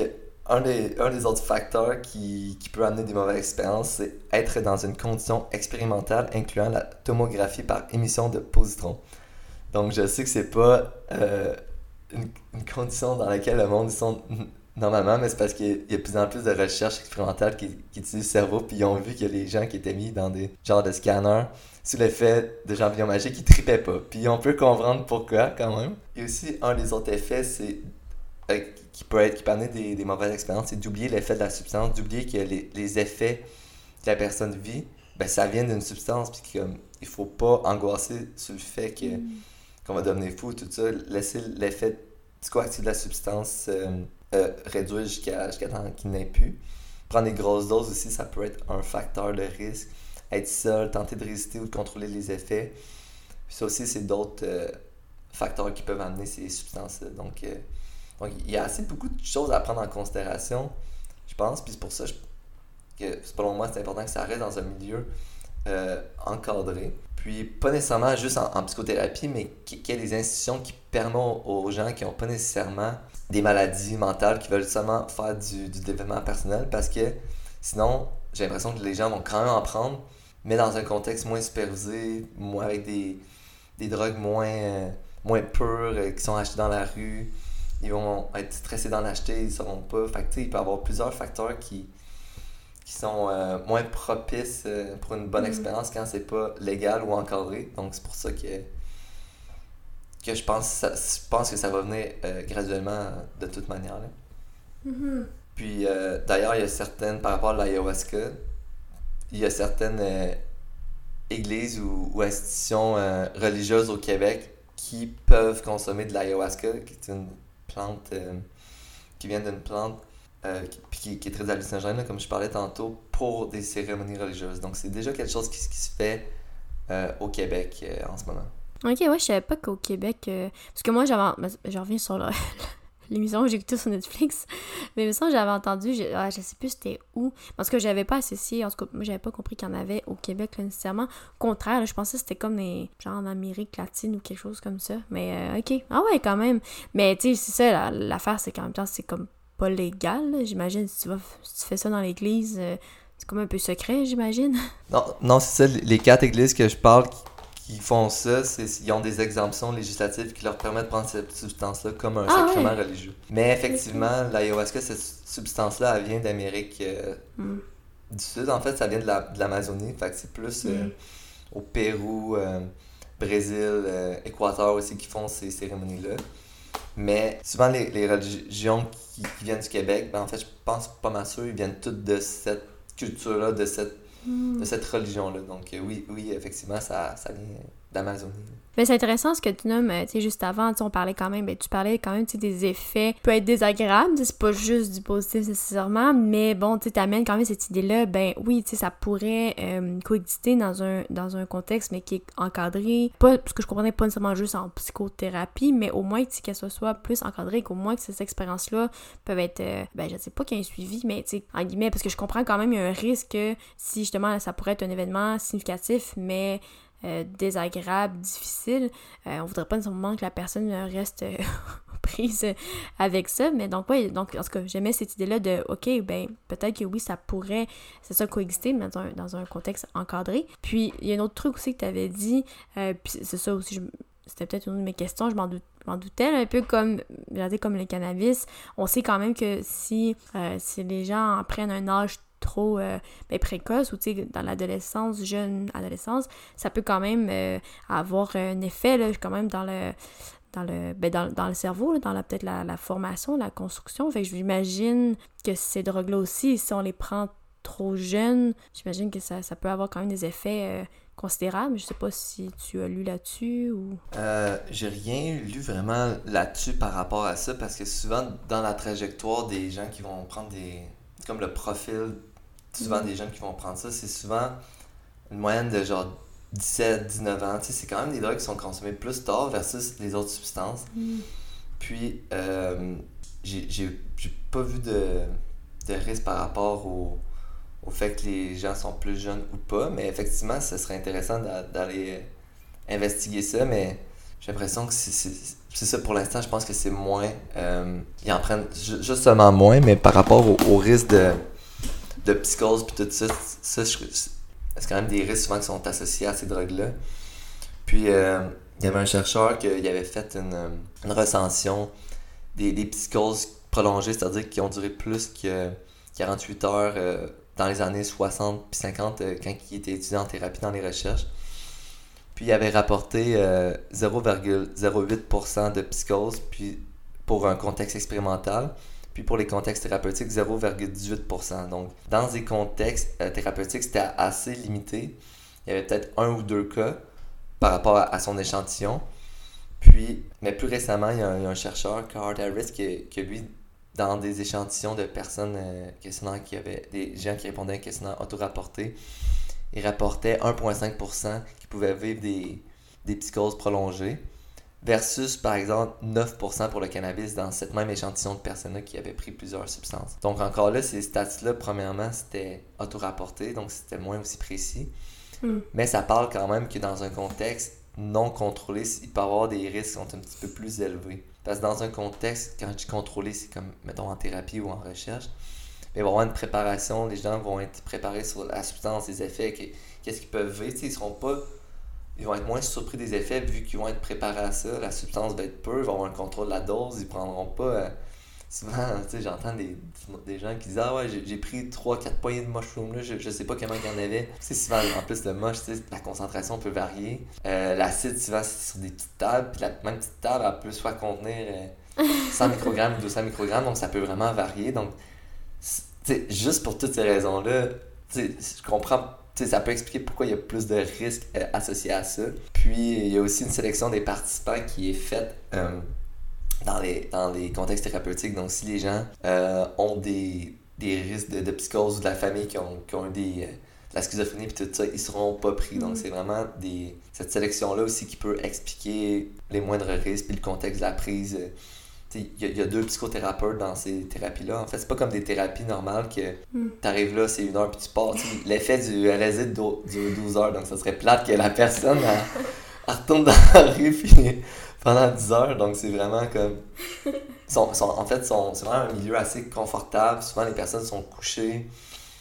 un des, un des autres facteurs qui, qui peut amener des mauvaises expériences, c'est être dans une condition expérimentale incluant la tomographie par émission de positrons. Donc, je sais que c'est pas euh, une, une condition dans laquelle le monde ils sont normalement, mais c'est parce qu'il y a de plus en plus de recherches expérimentales qui, qui utilisent le cerveau, puis ils ont vu que les gens qui étaient mis dans des genres de scanners sous l'effet de champignons magiques, ils tripaient pas. Puis on peut comprendre pourquoi, quand même. Et aussi, un des autres effets, c'est euh, qui peut être qui peut amener des, des mauvaises expériences, c'est d'oublier l'effet de la substance, d'oublier que les, les effets que la personne vit, ben ça vient d'une substance, puis comme il faut pas angoisser sur le fait que mm. qu'on va devenir fou, tout ça, laisser l'effet psychoactif de la substance euh, euh, réduire jusqu'à, jusqu'à temps qu'il n'ait plus. Prendre des grosses doses aussi, ça peut être un facteur de risque. Être seul, tenter de résister ou de contrôler les effets. Puis ça aussi, c'est d'autres euh, facteurs qui peuvent amener ces substances-là. Donc, euh, donc, il y a assez beaucoup de choses à prendre en considération, je pense. Puis c'est pour ça je, que, selon moi, c'est important que ça reste dans un milieu euh, encadré. Puis pas nécessairement juste en, en psychothérapie, mais qu'il y ait des institutions qui permettent aux gens qui n'ont pas nécessairement des maladies mentales, qui veulent seulement faire du, du développement personnel, parce que sinon, j'ai l'impression que les gens vont quand même en prendre, mais dans un contexte moins supervisé, moins avec des, des drogues moins, euh, moins pures, euh, qui sont achetées dans la rue. Ils vont être stressés d'en acheter, ils ne sauront pas. Fait que, il peut y avoir plusieurs facteurs qui, qui sont euh, moins propices euh, pour une bonne mm. expérience quand c'est pas légal ou encadré. Donc c'est pour ça que, que je, pense, ça, je pense que ça va venir euh, graduellement de toute manière. Là. Mm-hmm. Puis euh, d'ailleurs, il y a certaines, par rapport à l'ayahuasca, il y a certaines euh, églises ou, ou institutions euh, religieuses au Québec qui peuvent consommer de l'ayahuasca, qui est une plante euh, qui vient d'une plante euh, qui, qui, qui est très hallucinogène, là, comme je parlais tantôt, pour des cérémonies religieuses. Donc c'est déjà quelque chose qui, qui se fait euh, au Québec euh, en ce moment. Ok, ouais, je savais pas qu'au Québec... Euh, parce que moi, j'avais... Je reviens sur le... l'émission que j'ai écoutée sur Netflix, mais il me semble que j'avais entendu, je, ah, je sais plus c'était où, parce que j'avais pas associé, en tout cas, moi j'avais pas compris qu'il y en avait au Québec là, nécessairement. Au contraire, là, je pensais que c'était comme des, genre en Amérique latine ou quelque chose comme ça, mais euh, ok, ah ouais quand même, mais tu sais, c'est ça, la, l'affaire c'est qu'en même temps c'est comme pas légal, là. J'imagine si tu vas, si tu fais ça dans l'église, euh, c'est comme un peu secret, j'imagine. Non, non c'est ça, les quatre églises que je parle qui font ça, c'est, ils ont des exemptions législatives qui leur permettent de prendre cette substance-là comme un ah, sacrement ouais. religieux. Mais effectivement, l'ayahuasca, cette substance-là, elle vient d'Amérique euh, mm. du Sud. En fait, ça vient de, la, de l'Amazonie. Fait que c'est plus euh, mm. au Pérou, euh, Brésil, euh, Équateur aussi qui font ces cérémonies-là. Mais souvent, les, les religions qui, qui viennent du Québec, ben, en fait, je pense pas mal sûr, ils viennent toutes de cette culture-là, de cette de cette religion-là. Donc euh, oui, oui, effectivement, ça, ça vient d'Amazonie. Mais c'est intéressant ce que tu nommes, tu sais, juste avant, tu sais, on parlait quand même, ben, tu parlais quand même, tu sais, des effets qui peuvent être désagréables, c'est pas juste du positif nécessairement, mais bon, tu sais, t'amènes quand même cette idée-là, ben oui, tu sais, ça pourrait euh, coexister dans un, dans un contexte, mais qui est encadré, pas, parce que je comprenais pas nécessairement juste en psychothérapie, mais au moins, tu sais, qu'elle soit, soit plus encadrée, qu'au moins que ces expériences-là peuvent être, euh, ben je sais pas qu'il y a un suivi, mais tu sais, en guillemets, parce que je comprends quand même, il y a un risque que si justement, ça pourrait être un événement significatif, mais Euh, désagréable, difficile. Euh, on voudrait pas nécessairement que la personne reste euh, prise avec ça, mais donc ouais, donc en tout cas, j'aimais cette idée-là de ok, ben peut-être que oui, ça pourrait, c'est ça, coexister, mais dans un, dans un contexte encadré. Puis il y a un autre truc aussi que tu avais dit, euh, puis c'est ça aussi, je, c'était peut-être une de mes questions, je m'en doute. Je m'en doutais, là, un peu comme, comme le cannabis. On sait quand même que si, euh, si les gens en prennent un âge trop euh, ben, précoce ou tu sais dans l'adolescence, jeune adolescence, ça peut quand même euh, avoir un effet là, quand même dans le dans le ben, dans, dans le cerveau, là, dans la, peut-être la, la formation, la construction. Fait que j'imagine que ces drogues-là aussi, si on les prend trop jeunes, j'imagine que ça, ça peut avoir quand même des effets euh, considérables. Je sais pas si tu as lu là-dessus ou... Euh, j'ai rien lu vraiment là-dessus par rapport à ça, parce que souvent dans la trajectoire des gens qui vont prendre des... comme le profil souvent mm. des gens qui vont prendre ça, c'est souvent une moyenne de genre dix-sept dix-neuf ans. Tu sais, c'est quand même des drogues qui sont consommées plus tard versus les autres substances. Mm. Puis, euh, j'ai, j'ai, j'ai pas vu de, de risque par rapport au, au fait que les gens sont plus jeunes ou pas, mais effectivement, ce serait intéressant d'a, d'aller investiguer ça, mais j'ai l'impression que c'est, c'est, c'est ça, pour l'instant, je pense que c'est moins. Euh, ils en prennent ju- juste seulement moins, mais par rapport au, au risque de, de psychose puis tout ça, ça je, c'est quand même des risques souvent qui sont associés à ces drogues-là. Puis, euh, il y avait un chercheur qui avait fait une, une recension des, des psychoses prolongées, c'est-à-dire qui ont duré plus que quarante-huit heures euh, dans les années soixante puis cinquante, euh, quand il était étudiant en thérapie dans les recherches. Puis il avait rapporté euh, zéro virgule zéro huit pour cent de psychose puis pour un contexte expérimental. Puis pour les contextes thérapeutiques, zéro virgule dix-huit pour cent. Donc, dans des contextes euh, thérapeutiques, c'était assez limité. Il y avait peut-être un ou deux cas par rapport à, à son échantillon. Puis, mais plus récemment, il y a un, il y a un chercheur, Carl Harris, qui, qui lui, dans des échantillons de personnes euh, questionnant qui avaient, des gens qui répondaient à un questionnaire auto-rapporté, il rapportait un virgule cinq pour cent qui pouvaient vivre des, des psychoses prolongées, versus, par exemple, neuf pour cent pour le cannabis dans cette même échantillon de personnes qui avaient pris plusieurs substances. Donc encore là, ces stats-là, premièrement, c'était auto-rapporté, donc c'était moins aussi précis. Mm. Mais ça parle quand même que dans un contexte non contrôlé, il peut y avoir des risques qui sont un petit peu plus élevés. Parce que dans un contexte, quand je dis contrôlé, c'est comme, mettons, en thérapie ou en recherche, mais il va y avoir une préparation, les gens vont être préparés sur la substance, les effets, qu'est-ce qu'ils peuvent vivre, ils seront pas... Ils vont être moins surpris des effets vu qu'ils vont être préparés à ça. La substance va être peu, ils vont avoir un contrôle de la dose, ils prendront pas... Euh, souvent, tu sais, j'entends des, des gens qui disent « Ah ouais, j'ai, j'ai pris trois quatre poignées de mushroom, là, je, je sais pas comment il y en avait. » C'est souvent, en plus, le mush, tu sais, la concentration peut varier. Euh, l'acide, souvent, c'est sur des petites tables, puis la même petite table, elle peut soit contenir euh, cent microgrammes ou deux cents microgrammes, donc ça peut vraiment varier. Donc, tu sais, juste pour toutes ces raisons-là, tu sais, je comprends... T'sais, ça peut expliquer pourquoi il y a plus de risques euh, associés à ça. Puis, il y a aussi une sélection des participants qui est faite euh, dans, les, dans les contextes thérapeutiques. Donc, si les gens euh, ont des, des risques de, de psychose ou de la famille qui ont, qui ont eu des, euh, de la schizophrénie et tout ça, ils ne seront pas pris. Mm-hmm. Donc, c'est vraiment des, cette sélection-là aussi qui peut expliquer les moindres risques puis le contexte de la prise. Euh, Il y, y a deux psychothérapeutes dans ces thérapies-là. En fait, c'est pas comme des thérapies normales que mm. t'arrives là, c'est une heure puis tu pars. T'sais, l'effet du L S D dure douze heures, donc ça serait plate que la personne elle, elle retourne dans la rue puis pendant dix heures. Donc c'est vraiment comme... Sont, sont, en fait, sont, c'est vraiment un milieu assez confortable. Souvent, les personnes sont couchées.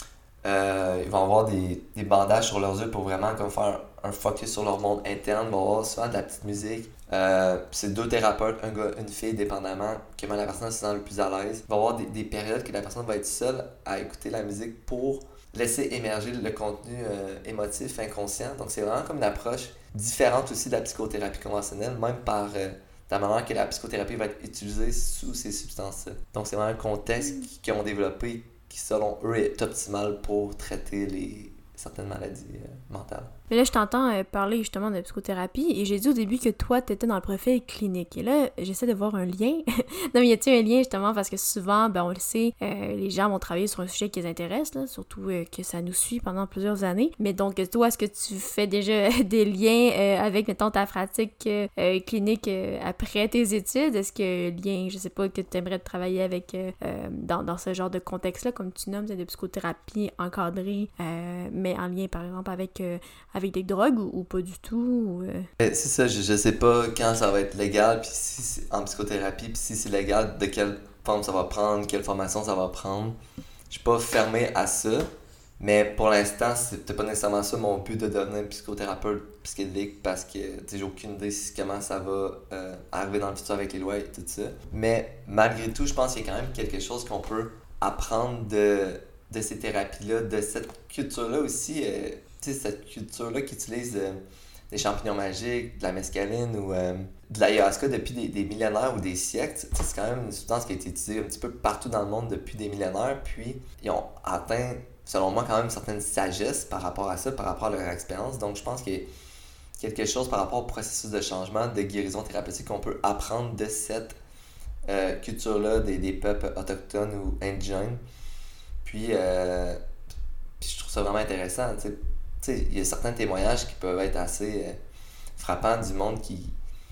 Euh, ils vont avoir des, des bandages sur leurs yeux pour vraiment comme faire un focus sur leur monde interne. Ils vont avoir souvent de la petite musique. Euh, c'est deux thérapeutes, un gars, une fille, dépendamment comment la personne se sent le plus à l'aise. Il va y avoir des, des périodes que la personne va être seule à écouter la musique pour laisser émerger le contenu euh, émotif, inconscient. Donc c'est vraiment comme une approche différente aussi de la psychothérapie conventionnelle, même par euh, la manière que la psychothérapie va être utilisée sous ces substances-là. Donc c'est vraiment un contexte qu'ils ont développé qui, selon eux, est optimal pour traiter les certaines maladies euh, mentales. Mais là, je t'entends euh, parler justement de psychothérapie et j'ai dit au début que toi, t'étais dans le profil clinique. Et là, j'essaie de voir un lien. Non, mais y a-t-il un lien justement parce que souvent, ben on le sait, euh, les gens vont travailler sur un sujet qui les intéresse, là, surtout euh, que ça nous suit pendant plusieurs années. Mais donc, toi, est-ce que tu fais déjà des liens euh, avec, mettons, ta pratique euh, clinique euh, après tes études? Est-ce que lien, je sais pas, que tu aimerais travailler avec euh, dans, dans ce genre de contexte-là, comme tu nommes, de psychothérapie encadrée, euh, mais en lien, par exemple, avec... Euh, avec des drogues ou, ou pas du tout? Ou euh... C'est ça, je, je sais pas quand ça va être légal, puis si c'est en psychothérapie, puis si c'est légal, de quelle forme ça va prendre, quelle formation ça va prendre. Je suis pas fermé à ça, mais pour l'instant, c'était pas nécessairement ça mon but de devenir psychothérapeute psychédélique parce que j'ai aucune idée comment ça va euh, arriver dans le futur avec les lois et tout ça. Mais malgré tout, je pense qu'il y a quand même quelque chose qu'on peut apprendre de, de ces thérapies-là, de cette culture-là aussi. Euh, Tu sais, cette culture-là qui utilise euh, des champignons magiques, de la mescaline ou euh, de l'ayahuasca depuis des, des millénaires ou des siècles, c'est quand même une substance qui a été utilisée un petit peu partout dans le monde depuis des millénaires, puis ils ont atteint, selon moi, quand même une certaine sagesse par rapport à ça, par rapport à leur expérience. Donc je pense qu'il y a quelque chose par rapport au processus de changement, de guérison thérapeutique qu'on peut apprendre de cette euh, culture-là des, des peuples autochtones ou indigènes. Puis, euh, puis je trouve ça vraiment intéressant, tu sais. Il y a certains témoignages qui peuvent être assez euh, frappants du monde qui,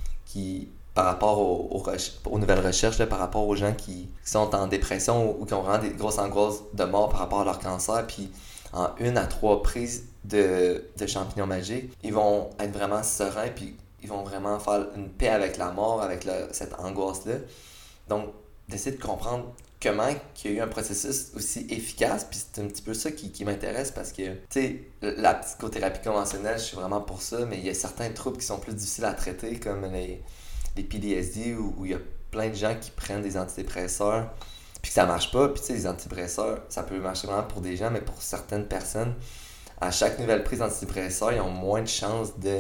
qui par rapport aux, aux, reche- aux nouvelles recherches, là, par rapport aux gens qui, qui sont en dépression ou, ou qui ont vraiment des grosses angoisses de mort par rapport à leur cancer, puis en une à trois prises de, de champignons magiques, ils vont être vraiment sereins, puis ils vont vraiment faire une paix avec la mort, avec le, cette angoisse-là. Donc, d'essayer de comprendre comment il y a eu un processus aussi efficace, puis c'est un petit peu ça qui, qui m'intéresse parce que, tu sais, la psychothérapie conventionnelle, je suis vraiment pour ça, mais il y a certains troubles qui sont plus difficiles à traiter, comme les, les P T S D, où, où il y a plein de gens qui prennent des antidépresseurs, puis que ça marche pas, puis tu sais, les antidépresseurs, ça peut marcher vraiment pour des gens, mais pour certaines personnes, à chaque nouvelle prise d'antidépresseurs, ils ont moins de chances de,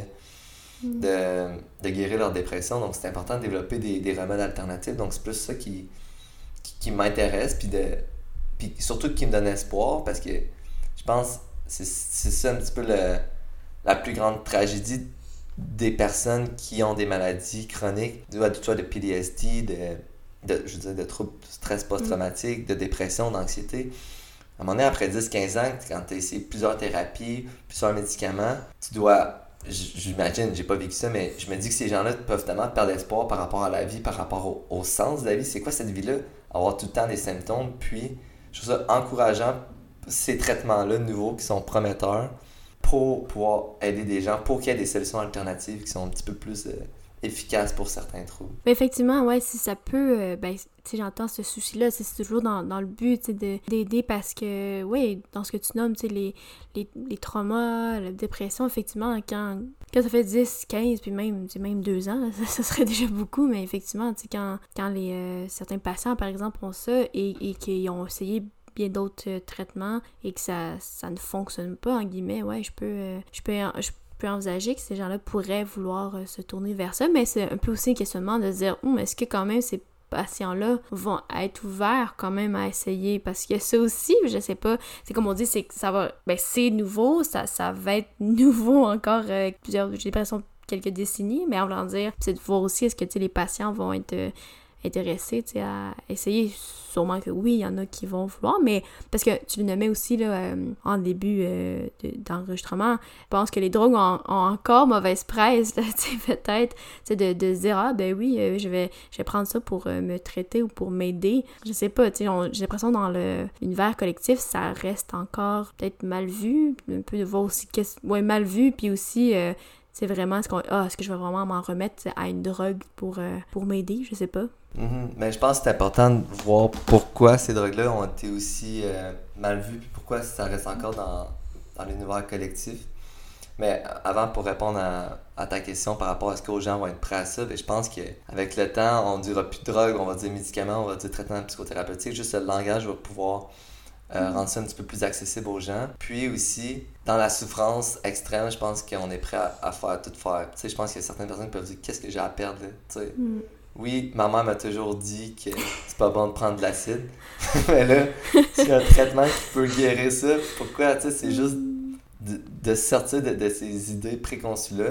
de, de guérir leur dépression, donc c'est important de développer des, des remèdes alternatifs, donc c'est plus ça qui... qui m'intéresse, puis de puis surtout qui me donne espoir, parce que je pense que c'est, c'est ça un petit peu le, la plus grande tragédie des personnes qui ont des maladies chroniques, soit de P T S D, de, de, je veux dire, de troubles de stress post-traumatique, de dépression, d'anxiété. À un moment donné, après dix quinze ans, quand tu as essayé plusieurs thérapies, plusieurs médicaments, tu dois... J'imagine, j'ai pas vécu ça, mais je me dis que ces gens-là peuvent tellement perdre espoir par rapport à la vie, par rapport au, au sens de la vie. C'est quoi cette vie-là? Avoir tout le temps des symptômes, puis je trouve ça encourageant, ces traitements-là nouveaux qui sont prometteurs pour pouvoir aider des gens, pour qu'il y ait des solutions alternatives qui sont un petit peu plus euh, efficaces pour certains troubles. Mais effectivement, ouais, si ça peut, euh, ben, tu sais, j'entends ce souci-là, c'est, c'est toujours dans, dans le but, tu sais, de, d'aider parce que, oui, dans ce que tu nommes, tu sais, les, les, les traumas, la dépression, effectivement, quand, quand ça fait dix, quinze, puis même, même deux ans, ça, ça serait déjà beaucoup, mais effectivement, tu sais, quand, quand les, euh, certains patients, par exemple, ont ça et, et qu'ils ont essayé bien d'autres euh, traitements et que ça, ça ne fonctionne pas, en guillemets, ouais, je peux, euh, je peux, je peux envisager que ces gens-là pourraient vouloir euh, se tourner vers ça, mais c'est un peu aussi un questionnement de se dire, hum, est-ce que quand même ces patients-là vont être ouverts quand même à essayer, parce que ça aussi, je sais pas, c'est comme on dit, c'est que ça va, ben c'est nouveau, ça, ça va être nouveau encore euh, avec plusieurs, j'ai l'impression quelques décennies, mais en voulant dire, c'est de voir aussi est-ce que, tu sais, les patients vont être euh, intéressés, tu sais, à essayer. Sûrement que oui, il y en a qui vont vouloir, mais parce que tu le nommais aussi là, euh, en début euh, de, d'enregistrement, je pense que les drogues ont, ont encore mauvaise presse, là, tu sais, peut-être, tu sais, de, de se dire, ah ben oui, euh, je vais je vais prendre ça pour euh, me traiter ou pour m'aider. Je sais pas, tu sais, on, j'ai l'impression dans le, l'univers collectif, ça reste encore peut-être mal vu, un peu de voir aussi, qu'est-ce, ouais, mal vu, puis aussi... Euh, c'est vraiment, est-ce, qu'on, ah, est-ce que je vais vraiment m'en remettre à une drogue pour, euh, pour m'aider? Je sais pas. Mm-hmm. Mais je pense que c'est important de voir pourquoi ces drogues-là ont été aussi euh, mal vues, puis pourquoi ça reste encore dans, dans l'univers collectif. Mais avant, pour répondre à, à ta question par rapport à ce que les gens vont être prêts à ça, bien, je pense qu'avec le temps, on ne dira plus de drogue, on va dire médicaments, on va dire traitement psychothérapeutique. Juste le langage va pouvoir euh, rendre ça un petit peu plus accessible aux gens. Puis aussi, dans la souffrance extrême, je pense qu'on est prêt à, à faire tout faire. Tu sais, je pense qu'il y a certaines personnes qui peuvent dire qu'est-ce que j'ai à perdre là, tu sais. Mm. Oui, ma mère m'a toujours dit que c'est pas bon de prendre de l'acide. Mais là, s'il y a un traitement qui peut guérir ça, pourquoi, tu sais, c'est juste de, de sortir de, de ces idées préconçues-là.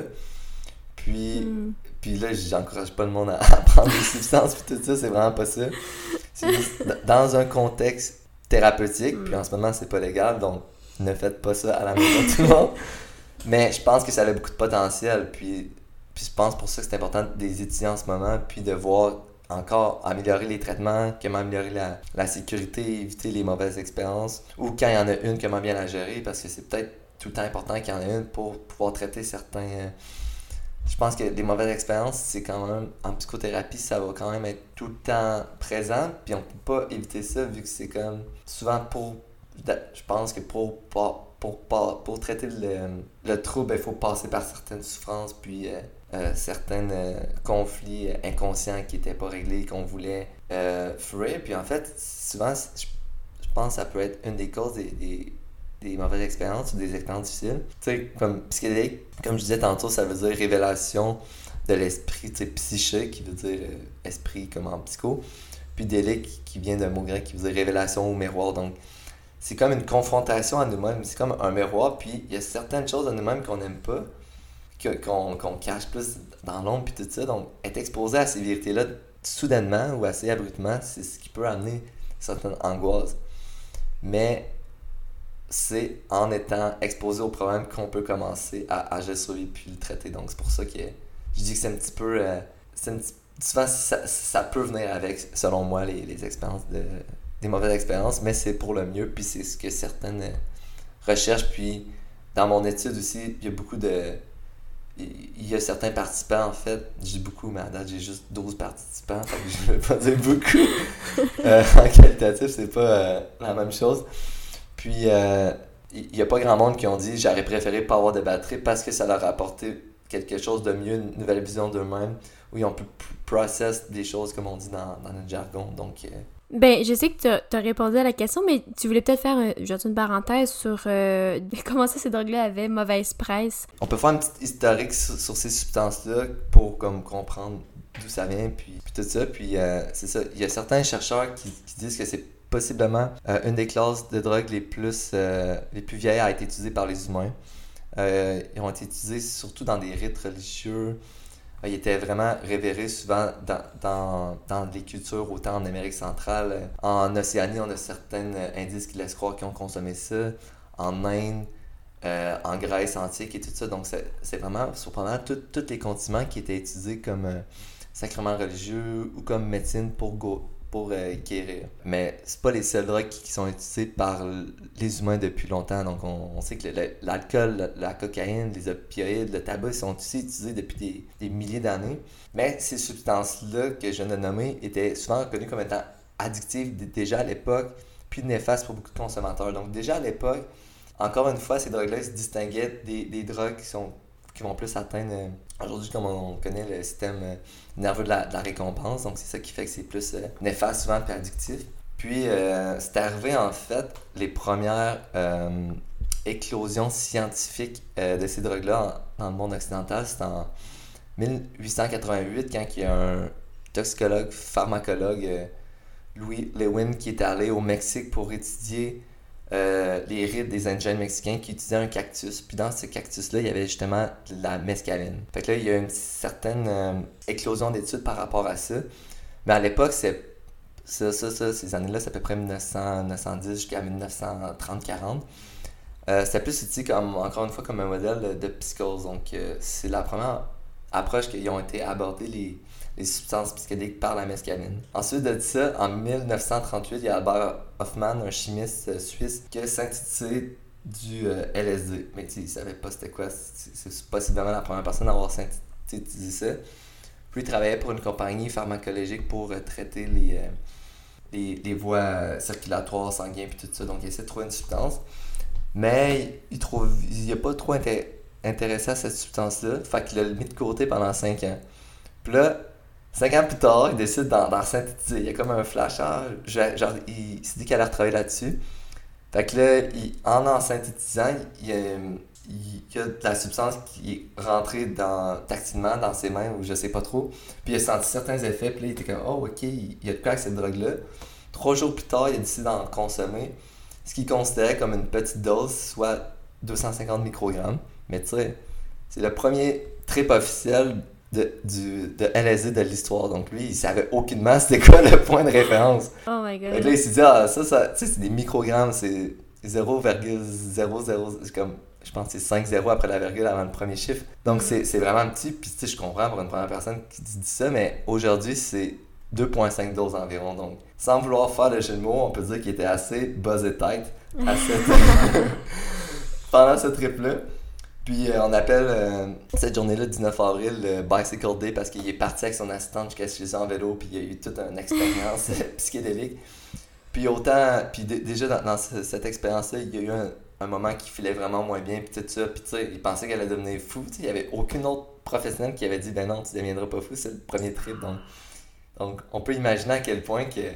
Puis, mm. puis là, j'encourage pas le monde à, à prendre des substances puis tout ça, c'est vraiment pas ça. C'est juste dans un contexte thérapeutique, mm. puis en ce moment, c'est pas légal, donc ne faites pas ça à la maison tout le monde. Mais je pense que ça a beaucoup de potentiel, puis... Puis je pense pour ça que c'est important des étudier en ce moment, puis de voir encore améliorer les traitements, comment améliorer la, la sécurité, éviter les mauvaises expériences, ou quand il y en a une, comment bien la gérer, parce que c'est peut-être tout le temps important qu'il y en ait une pour pouvoir traiter certains... Euh... Je pense que les mauvaises expériences, c'est quand même... En psychothérapie, ça va quand même être tout le temps présent, puis on peut pas éviter ça, vu que c'est comme... Souvent pour... Je pense que pour... pour Pour, pour, pour traiter le, le trouble, il faut passer par certaines souffrances, puis euh, euh, certains euh, conflits inconscients qui n'étaient pas réglés, qu'on voulait euh, fuir. Puis en fait, souvent, je, je pense que ça peut être une des causes des, des, des mauvaises expériences ou des expériences difficiles. Tu sais, comme psychédélique, comme je disais tantôt, ça veut dire révélation de l'esprit, tu sais, psyché, qui veut dire euh, esprit comme en psycho. Puis délique, qui vient d'un mot grec qui veut dire révélation ou miroir. Donc, c'est comme une confrontation à nous-mêmes, c'est comme un miroir, puis il y a certaines choses à nous-mêmes qu'on n'aime pas, que, qu'on, qu'on cache plus dans l'ombre, puis tout ça. Donc, être exposé à ces vérités-là soudainement ou assez abruptement, c'est ce qui peut amener certaines angoisses. Mais c'est en étant exposé au problème qu'on peut commencer à agir sur lui puis le traiter. Donc, c'est pour ça que je dis que c'est un petit peu... Euh, c'est un petit, souvent, ça, ça peut venir avec, selon moi, les, les expériences de... des mauvaises expériences, mais c'est pour le mieux, puis c'est ce que certaines recherches, puis dans mon étude aussi, il y a beaucoup de il y a certains participants, en fait, j'ai beaucoup, mais à date, j'ai juste douze participants, fait que je ne vais pas dire beaucoup. euh, en qualitatif, c'est pas euh, la même chose. Puis, euh, il n'y a pas grand monde qui ont dit « j'aurais préféré pas avoir de batterie » parce que ça leur a apporté quelque chose de mieux, une nouvelle vision d'eux-mêmes, où ils ont pu process des choses, comme on dit dans, dans notre jargon. Donc, euh, ben, je sais que tu as répondu à la question, mais tu voulais peut-être faire euh, juste une parenthèse sur euh, comment ça ces drogues-là avaient mauvaise presse. On peut faire une petite historique sur, sur ces substances-là pour comme, comprendre d'où ça vient, puis, puis tout ça. Puis euh, c'est ça, il y a certains chercheurs qui, qui disent que c'est possiblement euh, une des classes de drogue les plus, euh, les plus vieilles à être utilisée par les humains. Euh, ils ont été utilisés surtout dans des rites religieux. Il était vraiment révéré souvent dans, dans, dans les cultures, autant en Amérique centrale. En Océanie, on a certains indices qui laissent croire qu'ils ont consommé ça. En Inde, euh, en Grèce antique et tout ça. Donc, c'est, c'est vraiment surprenant. Tous les continents qui étaient utilisés comme euh, sacrements religieux ou comme médecine pour, go, pour euh, guérir. Mais c'est pas les seules drogues qui, qui sont utilisées par les humains depuis longtemps. Donc, on, on sait que le, l'alcool, la, la cocaïne, les opioïdes, le tabac sont aussi utilisés depuis des, des milliers d'années. Mais ces substances-là que je viens de nommer étaient souvent reconnues comme étant addictives d- déjà à l'époque, puis néfastes pour beaucoup de consommateurs. Donc, déjà à l'époque, encore une fois, ces drogues-là se distinguaient des, des drogues qui, sont, qui vont plus atteindre, euh, aujourd'hui, comme on connaît, le système euh, nerveux de la, de la récompense. Donc, c'est ça qui fait que c'est plus euh, néfaste, souvent, puis addictif. Puis, euh, c'est arrivé, en fait, les premières euh, éclosions scientifiques euh, de ces drogues-là en, dans le monde occidental. C'est en dix-huit cent quatre-vingt-huit, quand il y a un toxicologue, pharmacologue, euh, Louis Lewin, qui est allé au Mexique pour étudier Euh, les rites des indigènes mexicains qui utilisaient un cactus. Puis dans ce cactus-là, il y avait justement de la mescaline. Fait que là, il y a une certaine euh, éclosion d'études par rapport à ça. Mais à l'époque, c'est ça, ça, ça, ces années-là, c'est à peu près mille neuf cents, mille neuf cent dix jusqu'à dix-neuf cent trente quarante. Euh, c'était plus utilisé, comme, encore une fois, comme un modèle de psychose. Donc, euh, c'est la première approche qu'ils ont été abordées, les, les substances psychédéliques par la mescaline. Ensuite de ça, en dix-neuf cent trente-huit, il y a Albert Hoffman, un chimiste euh, suisse, qui a synthétisé du euh, L S D. Mais il ne savait pas c'était quoi. C'est, c'est possiblement la première personne à avoir synthétisé ça. Puis il travaillait pour une compagnie pharmacologique pour euh, traiter les, euh, les, les voies euh, circulatoires, sanguines et tout ça. Donc il essaie de trouver une substance. Mais il trouve il n'a pas trop inté- intéressé à cette substance-là. Fait qu'il l'a mis de côté pendant cinq ans. Puis là, cinq ans plus tard, il décide d'en, d'en synthétiser. Il y a comme un flashard. Genre, il, il s'est dit qu'il allait retravailler là-dessus. Fait que là, il, en en synthétisant, il, il, il y a de la substance qui est rentrée dans, tactilement dans ses mains, ou je sais pas trop. Puis il a senti certains effets. Puis là, il était comme « Oh, ok, il y a de quoi avec cette drogue-là. » Trois jours plus tard, il a décidé d'en consommer. Ce qu'il considérait comme une petite dose, soit deux cent cinquante microgrammes. Mais tu sais, c'est le premier trip officiel de, du, de L S D de l'histoire. Donc lui, il savait aucunement c'était quoi le point de référence. Oh my god. Fait que là, il s'est dit, ah, ça, ça tu sais, c'est des microgrammes, c'est zéro virgule zéro zéro, c'est comme, je pense que c'est cinq zéros après la virgule avant le premier chiffre. Donc c'est, c'est vraiment petit, puis tu sais, je comprends pour une première personne qui dit ça, mais aujourd'hui, c'est deux virgule cinq doses environ. Donc, sans vouloir faire le jeu de mots, on peut dire qu'il était assez buzzé tête à cette... pendant ce trip-là. Puis euh, on appelle euh, cette journée-là, dix-neuf avril, le Bicycle Day, parce qu'il est parti avec son assistante jusqu'à chez eux en vélo, puis il y a eu toute une expérience psychédélique. Puis autant, puis d- déjà dans, dans ce, cette expérience-là, il y a eu un, un moment qui filait vraiment moins bien, puis tout ça, puis tu sais, il pensait qu'elle allait devenir fou, tu sais, il n'y avait aucune autre professionnelle qui avait dit « Ben non, tu ne deviendras pas fou, c'est le premier trip. » Donc, donc on peut imaginer à quel point que,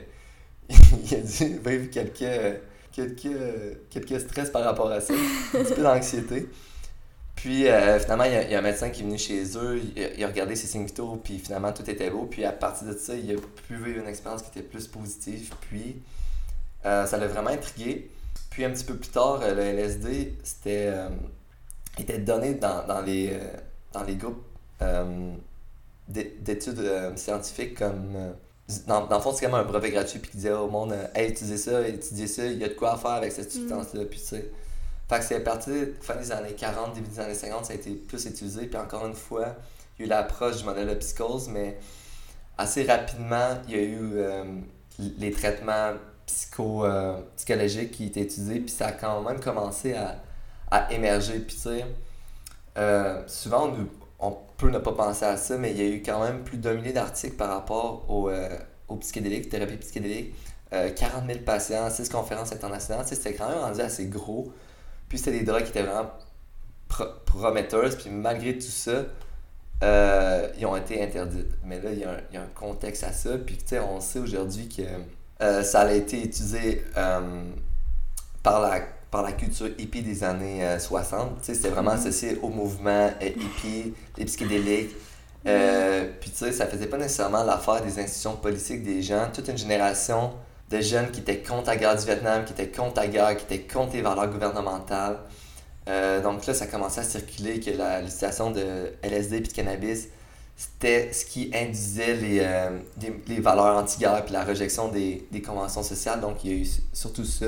il a dû vivre quelques, quelques, quelques stress par rapport à ça, un petit peu d'anxiété. Puis euh, finalement, il y, a, il y a un médecin qui est venu chez eux, il a, il a regardé ses signes vitaux, puis finalement tout était beau. Puis à partir de ça, il a pu vivre une expérience qui était plus positive. Puis euh, ça l'a vraiment intrigué. Puis un petit peu plus tard, le L S D c'était, euh, était donné dans, dans, les, euh, dans les groupes euh, d'études euh, scientifiques comme. Euh, dans, dans le fond, c'est comme un brevet gratuit, puis qui disait au monde euh, hey, utilisez ça, étudiez ça, il y a de quoi faire avec cette substance-là. Puis tu sais. Fait que c'est à partir de fin des années quarante, début des années cinquante, ça a été plus utilisé. Puis encore une fois, il y a eu l'approche du modèle de psychose, mais assez rapidement, il y a eu euh, les traitements psycho, euh, psychologiques qui étaient utilisés. Puis ça a quand même commencé à, à émerger. Puis tu sais, euh, souvent on, peut ne pas penser à ça, mais il y a eu quand même plus d'un millier d'articles par rapport au, euh, aux psychédéliques, thérapie psychédélique. Euh, quarante mille patients, six conférences internationales. Tu sais, c'était quand même rendu assez gros. Puis c'était des drogues qui étaient vraiment pro- prometteuses. Puis malgré tout ça, euh, ils ont été interdites. Mais là, il y, a un, il y a un contexte à ça. Puis tu sais, on sait aujourd'hui que euh, ça a été utilisé euh, par la par la culture hippie des années euh, soixante. Tu sais, c'était vraiment associé au mouvement euh, hippie, les psychédéliques. Euh, puis tu sais, ça faisait pas nécessairement l'affaire des institutions politiques des gens. Toute une génération de jeunes qui étaient contre la guerre du Vietnam, qui étaient contre la guerre, qui étaient contre les valeurs gouvernementales. Euh, donc là, ça commençait à circuler que la l'utilisation de L S D et de cannabis, c'était ce qui induisait les, euh, les, les valeurs anti-guerre puis la rejection des, des conventions sociales. Donc il y a eu surtout ça.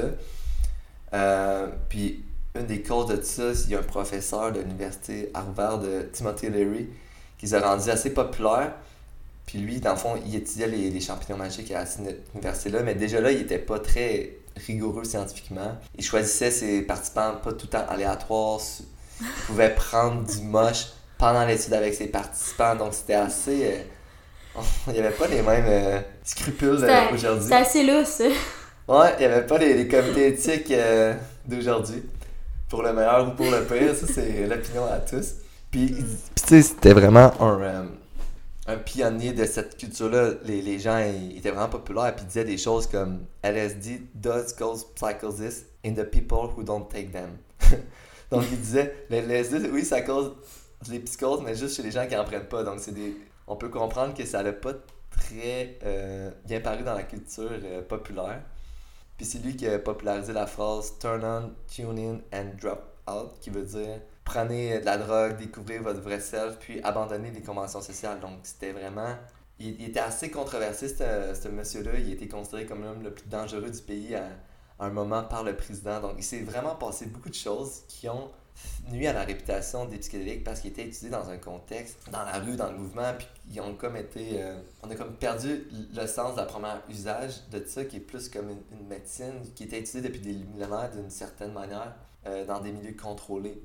Euh, puis une des causes de ça, il y a un professeur de l'université Harvard, de Timothy Leary, qui s'est rendu assez populaire. Puis lui, dans le fond, il étudiait les, les champignons magiques à cette université-là, mais déjà là, il était pas très rigoureux scientifiquement. Il choisissait ses participants pas tout le temps aléatoires. Il pouvait prendre du moche pendant l'étude avec ses participants, donc c'était assez... Euh, il n'y avait pas les mêmes euh, scrupules euh, aujourd'hui. C'est assez lousse. Ouais, il n'y avait pas les, les comités éthiques euh, d'aujourd'hui. Pour le meilleur ou pour le pire, ça c'est l'opinion à tous. Puis, puis tu sais, c'était vraiment un, euh, un pionnier de cette culture-là. Les, les gens, ils étaient vraiment populaires, puis ils disaient des choses comme L S D does cause psychosis in the people who don't take them. Donc, il disait, le L S D, oui, ça cause les psychoses, mais juste chez les gens qui n'en prennent pas. Donc, c'est des... on peut comprendre que ça n'a pas très euh, bien paru dans la culture euh, populaire. Puis c'est lui qui a popularisé la phrase « Turn on, tune in and drop out », qui veut dire « Prenez de la drogue, découvrez votre vrai self, puis abandonnez les conventions sociales ». Donc c'était vraiment... Il, il était assez controversé, ce, ce monsieur-là. Il a été considéré comme l'homme le plus dangereux du pays à, à un moment par le président. Donc il s'est vraiment passé beaucoup de choses qui ont nuit à la réputation des psychédéliques parce qu'ils étaient utilisés dans un contexte, dans la rue, dans le mouvement, puis ils ont comme été... Euh, on a comme perdu le sens de la première usage de ça, qui est plus comme une, une médecine qui était utilisée depuis des millénaires d'une certaine manière euh, dans des milieux contrôlés.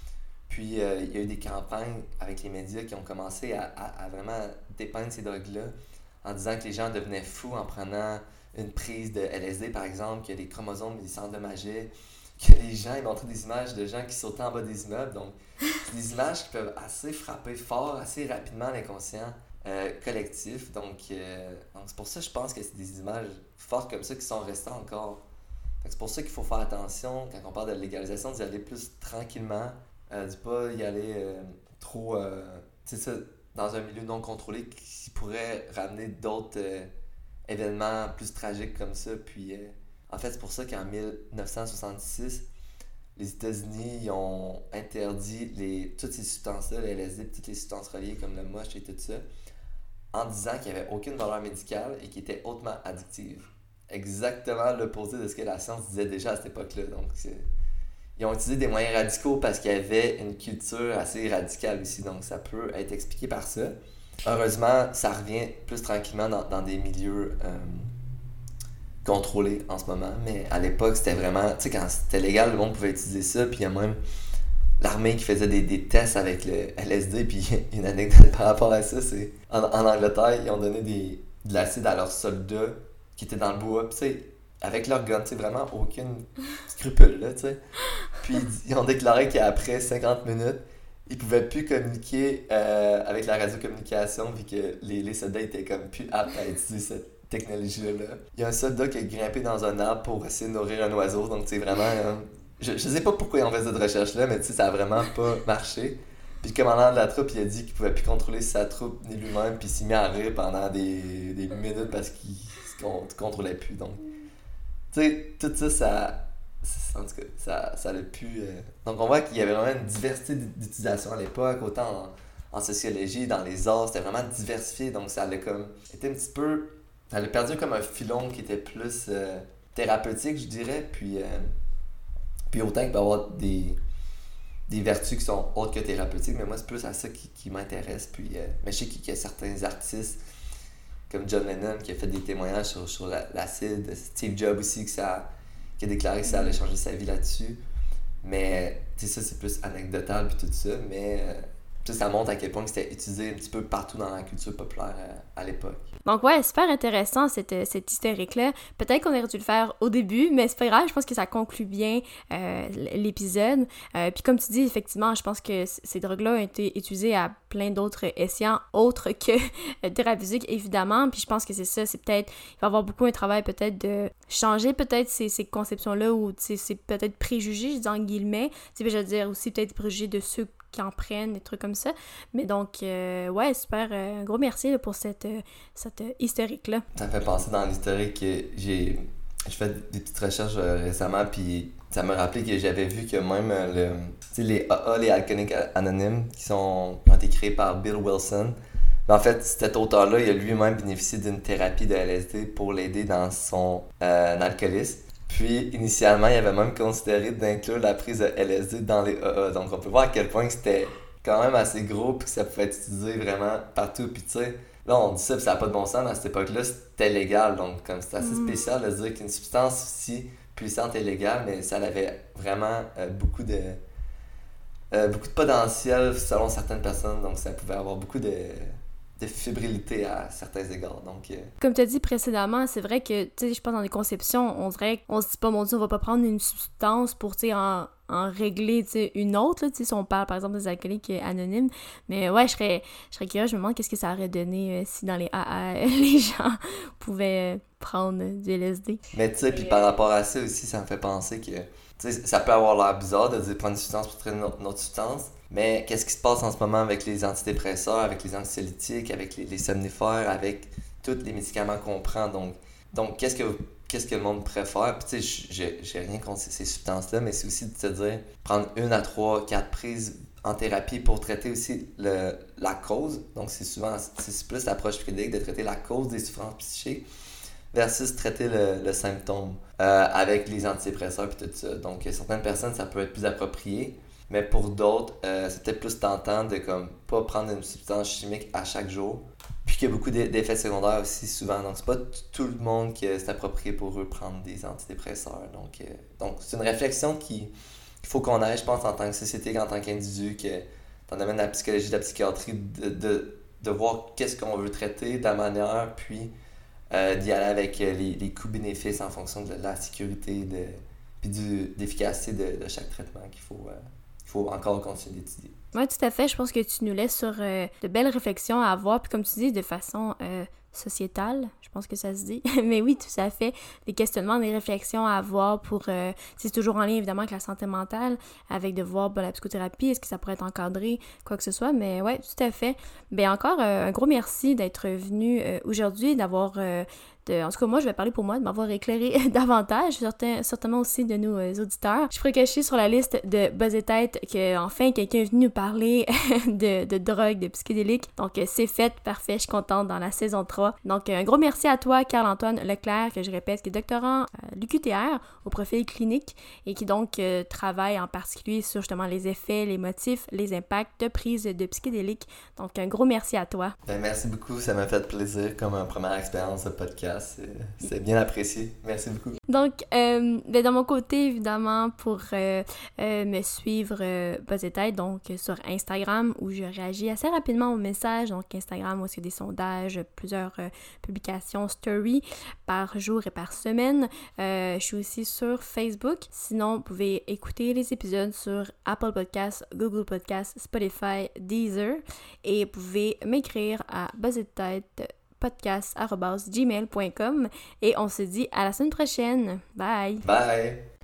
Puis euh, il y a eu des campagnes avec les médias qui ont commencé à, à, à vraiment dépeindre ces drogues-là en disant que les gens devenaient fous en prenant une prise de L S D, par exemple, que les chromosomes ils s'endommageaient, que les gens ils montraient des images de gens qui sautaient en bas des immeubles. Donc, c'est des images qui peuvent assez frapper fort, assez rapidement l'inconscient euh, collectif. Donc, euh, donc, c'est pour ça que je pense que c'est des images fortes comme ça qui sont restées encore. Fait que c'est pour ça qu'il faut faire attention, quand on parle de légalisation, d'y aller plus tranquillement, euh, de pas y aller euh, trop, euh, tu sais ça, dans un milieu non contrôlé qui pourrait ramener d'autres euh, événements plus tragiques comme ça. Puis, euh, en fait, c'est pour ça qu'en dix-neuf cent soixante-six, les États-Unis ils ont interdit les, toutes ces substances-là, le L S D et toutes les substances reliées comme le moche et tout ça, en disant qu'il n'y avait aucune valeur médicale et qu'ils étaient hautement addictives. Exactement l'opposé de ce que la science disait déjà à cette époque-là. Donc, c'est... ils ont utilisé des moyens radicaux parce qu'il y avait une culture assez radicale aussi. Donc, ça peut être expliqué par ça. Heureusement, ça revient plus tranquillement dans, dans des milieux... Euh, contrôlé en ce moment, mais à l'époque c'était vraiment, tu sais, quand c'était légal, le monde pouvait utiliser ça, puis il y a même l'armée qui faisait des, des tests avec le L S D, puis une anecdote par rapport à ça, c'est en, en Angleterre, ils ont donné des, de l'acide à leurs soldats qui étaient dans le bois, tu sais, avec leur gun, tu sais, vraiment aucune scrupule, là, tu sais. Puis ils ont déclaré qu'après cinquante minutes, ils pouvaient plus communiquer euh, avec la radiocommunication, vu que les, les soldats étaient comme plus aptes à utiliser cette technologie-là. Il y a un soldat qui a grimpé dans un arbre pour essayer de nourrir un oiseau, donc c'est vraiment... Euh, je, je sais pas pourquoi ils ont fait cette recherche-là, mais tu sais, ça a vraiment pas marché. Puis le commandant de la troupe, il a dit qu'il pouvait plus contrôler sa troupe ni lui-même, puis il s'est mis à rire pendant des, des minutes parce qu'il se contrôlait plus. Donc, tu sais, tout ça, ça... En tout cas, ça, ça l'a pu... Euh... Donc on voit qu'il y avait vraiment une diversité d'utilisation à l'époque, autant en, en sociologie, dans les arts, c'était vraiment diversifié, donc ça a comme été un petit peu... Ça a perdu comme un filon qui était plus euh, thérapeutique, je dirais, puis, euh, puis autant qu'il peut y avoir des, des vertus qui sont autres que thérapeutiques, mais moi c'est plus à ça qui, qui m'intéresse. Puis, euh, mais je sais qu'il y a certains artistes, comme John Lennon, qui a fait des témoignages sur, sur la, l'acide, Steve Jobs aussi, que ça, qui a déclaré que ça allait changer sa vie là-dessus. Mais tu sais, ça c'est plus anecdotal puis tout ça, mais euh, ça, ça montre à quel point c'était utilisé un petit peu partout dans la culture populaire à, à l'époque. Donc ouais, super intéressant cette, cette historique-là. Peut-être qu'on aurait dû le faire au début, mais c'est pas grave, je pense que ça conclut bien euh, l'épisode. Euh, puis comme tu dis, effectivement, je pense que c- ces drogues-là ont été utilisées à plein d'autres escients autres que euh, thérapeutique, évidemment. Puis je pense que c'est ça, c'est peut-être, il va y avoir beaucoup un travail peut-être de changer peut-être ces, ces conceptions-là ou c'est peut-être préjugés, je dis en guillemets. Tu sais, je veux dire aussi peut-être préjugés de ceux qui en prennent, des trucs comme ça. Mais donc, euh, ouais, super. Euh, un gros merci là, pour cette, euh, cette euh, historique-là. Ça me fait penser dans l'historique que j'ai j'ai fait des petites recherches euh, récemment, puis ça m'a rappelé que j'avais vu que même euh, le, tu sais, les A A, les alcooliques anonymes, qui, sont, qui ont été créés par Bill Wilson, ben, en fait, cet auteur-là, il a lui-même bénéficié d'une thérapie de L S D pour l'aider dans son euh, alcoolisme. Puis, initialement, il avait même considéré d'inclure la prise de L S D dans les A A. Donc, on peut voir à quel point c'était quand même assez gros, puis que ça pouvait être utilisé vraiment partout. Puis, tu sais, là, on dit ça, puis ça n'a pas de bon sens. Mais à cette époque-là, c'était légal. Donc, comme c'est assez Mm. spécial de dire qu'une substance aussi puissante est légale, mais ça avait vraiment euh, beaucoup de euh, beaucoup de potentiel selon certaines personnes. Donc, ça pouvait avoir beaucoup de, de fébrilité à certains égards. Donc, euh, Comme tu as dit précédemment, c'est vrai que, tu sais, je pense dans les conceptions, on dirait qu'on se dit pas, mon Dieu, on va pas prendre une substance pour, tu sais, en, en régler, tu sais, une autre, là, tu sais, si on parle, par exemple, des alcooliques anonymes. Mais ouais, je serais, je serais curieuse, je me demande qu'est-ce que ça aurait donné euh, si dans les A A, les gens pouvaient prendre du L S D. Mais tu sais, puis par rapport à ça aussi, ça me fait penser que, tu sais, ça peut avoir l'air bizarre de dire prendre une substance pour traiter une autre, une autre substance, mais qu'est-ce qui se passe en ce moment avec les antidépresseurs, avec les anxiolytiques, avec les, les somnifères, avec tous les médicaments qu'on prend? Donc, donc qu'est-ce que qu'est-ce que le monde préfère? Puis tu sais, j'ai j'ai rien contre ces, ces substances-là, mais c'est aussi de se dire, prendre une à trois, quatre prises en thérapie pour traiter aussi le, la cause. Donc, c'est souvent, c'est plus l'approche psychédélique de traiter la cause des souffrances psychiques versus traiter le, le symptôme euh, avec les antidépresseurs et tout ça. Donc, certaines personnes, ça peut être plus approprié, mais pour d'autres, euh, c'est peut-être plus tentant de comme pas prendre une substance chimique à chaque jour. Puis qu'il y a beaucoup d'effets secondaires aussi souvent. Donc, c'est pas t- tout le monde que c'est approprié pour eux prendre des antidépresseurs. Donc, euh, donc c'est une réflexion qui, qu'il faut qu'on ait, je pense, en tant que société, en tant qu'individu, que dans le domaine de la psychologie, de la psychiatrie, de, de, de voir qu'est-ce qu'on veut traiter de la manière, puis Euh, d'y aller avec euh, les, les coûts-bénéfices en fonction de la sécurité de, puis de l'efficacité de, de chaque traitement qu'il faut, euh, qu'il faut encore continuer d'étudier. Oui, tout à fait. Je pense que tu nous laisses sur euh, de belles réflexions à avoir, puis comme tu dis, de façon euh, sociétale, je pense que ça se dit. Mais oui, tout à fait. Des questionnements, des réflexions à avoir pour... Euh, c'est toujours en lien, évidemment, avec la santé mentale, avec de voir ben, la psychothérapie, est-ce que ça pourrait être encadré, quoi que ce soit. Mais ouais, tout à fait. Bien, encore, euh, un gros merci d'être venu euh, aujourd'hui, d'avoir... Euh, De, en tout cas, moi, je vais parler pour moi, de m'avoir éclairé davantage, certain, certainement aussi de nos euh, auditeurs. Je ferai cacher sur la liste de Buzz et Tête qu'enfin, quelqu'un est venu nous parler de, de drogue, de psychédélique. Donc, euh, c'est fait, parfait, je suis contente dans la saison trois. Donc, euh, un gros merci à toi, Carl-Antoine Leclerc, que je répète, qui est doctorant à l'U Q T R au profil clinique et qui donc euh, travaille en particulier sur justement les effets, les motifs, les impacts de prise de psychédélique. Donc, un gros merci à toi. Ben, merci beaucoup, ça m'a fait plaisir comme une première expérience de podcast. C'est bien apprécié. Merci beaucoup. Donc, euh, ben de mon côté, évidemment, pour euh, euh, me suivre euh, Buzz et Tête, donc sur Instagram, où je réagis assez rapidement aux messages. Donc, Instagram, où il y a des sondages, plusieurs euh, publications, stories par jour et par semaine. Euh, je suis aussi sur Facebook. Sinon, vous pouvez écouter les épisodes sur Apple Podcasts, Google Podcasts, Spotify, Deezer. Et vous pouvez m'écrire à buzz et tête podcast arobase gmail point com et on se dit à la semaine prochaine. Bye! Bye!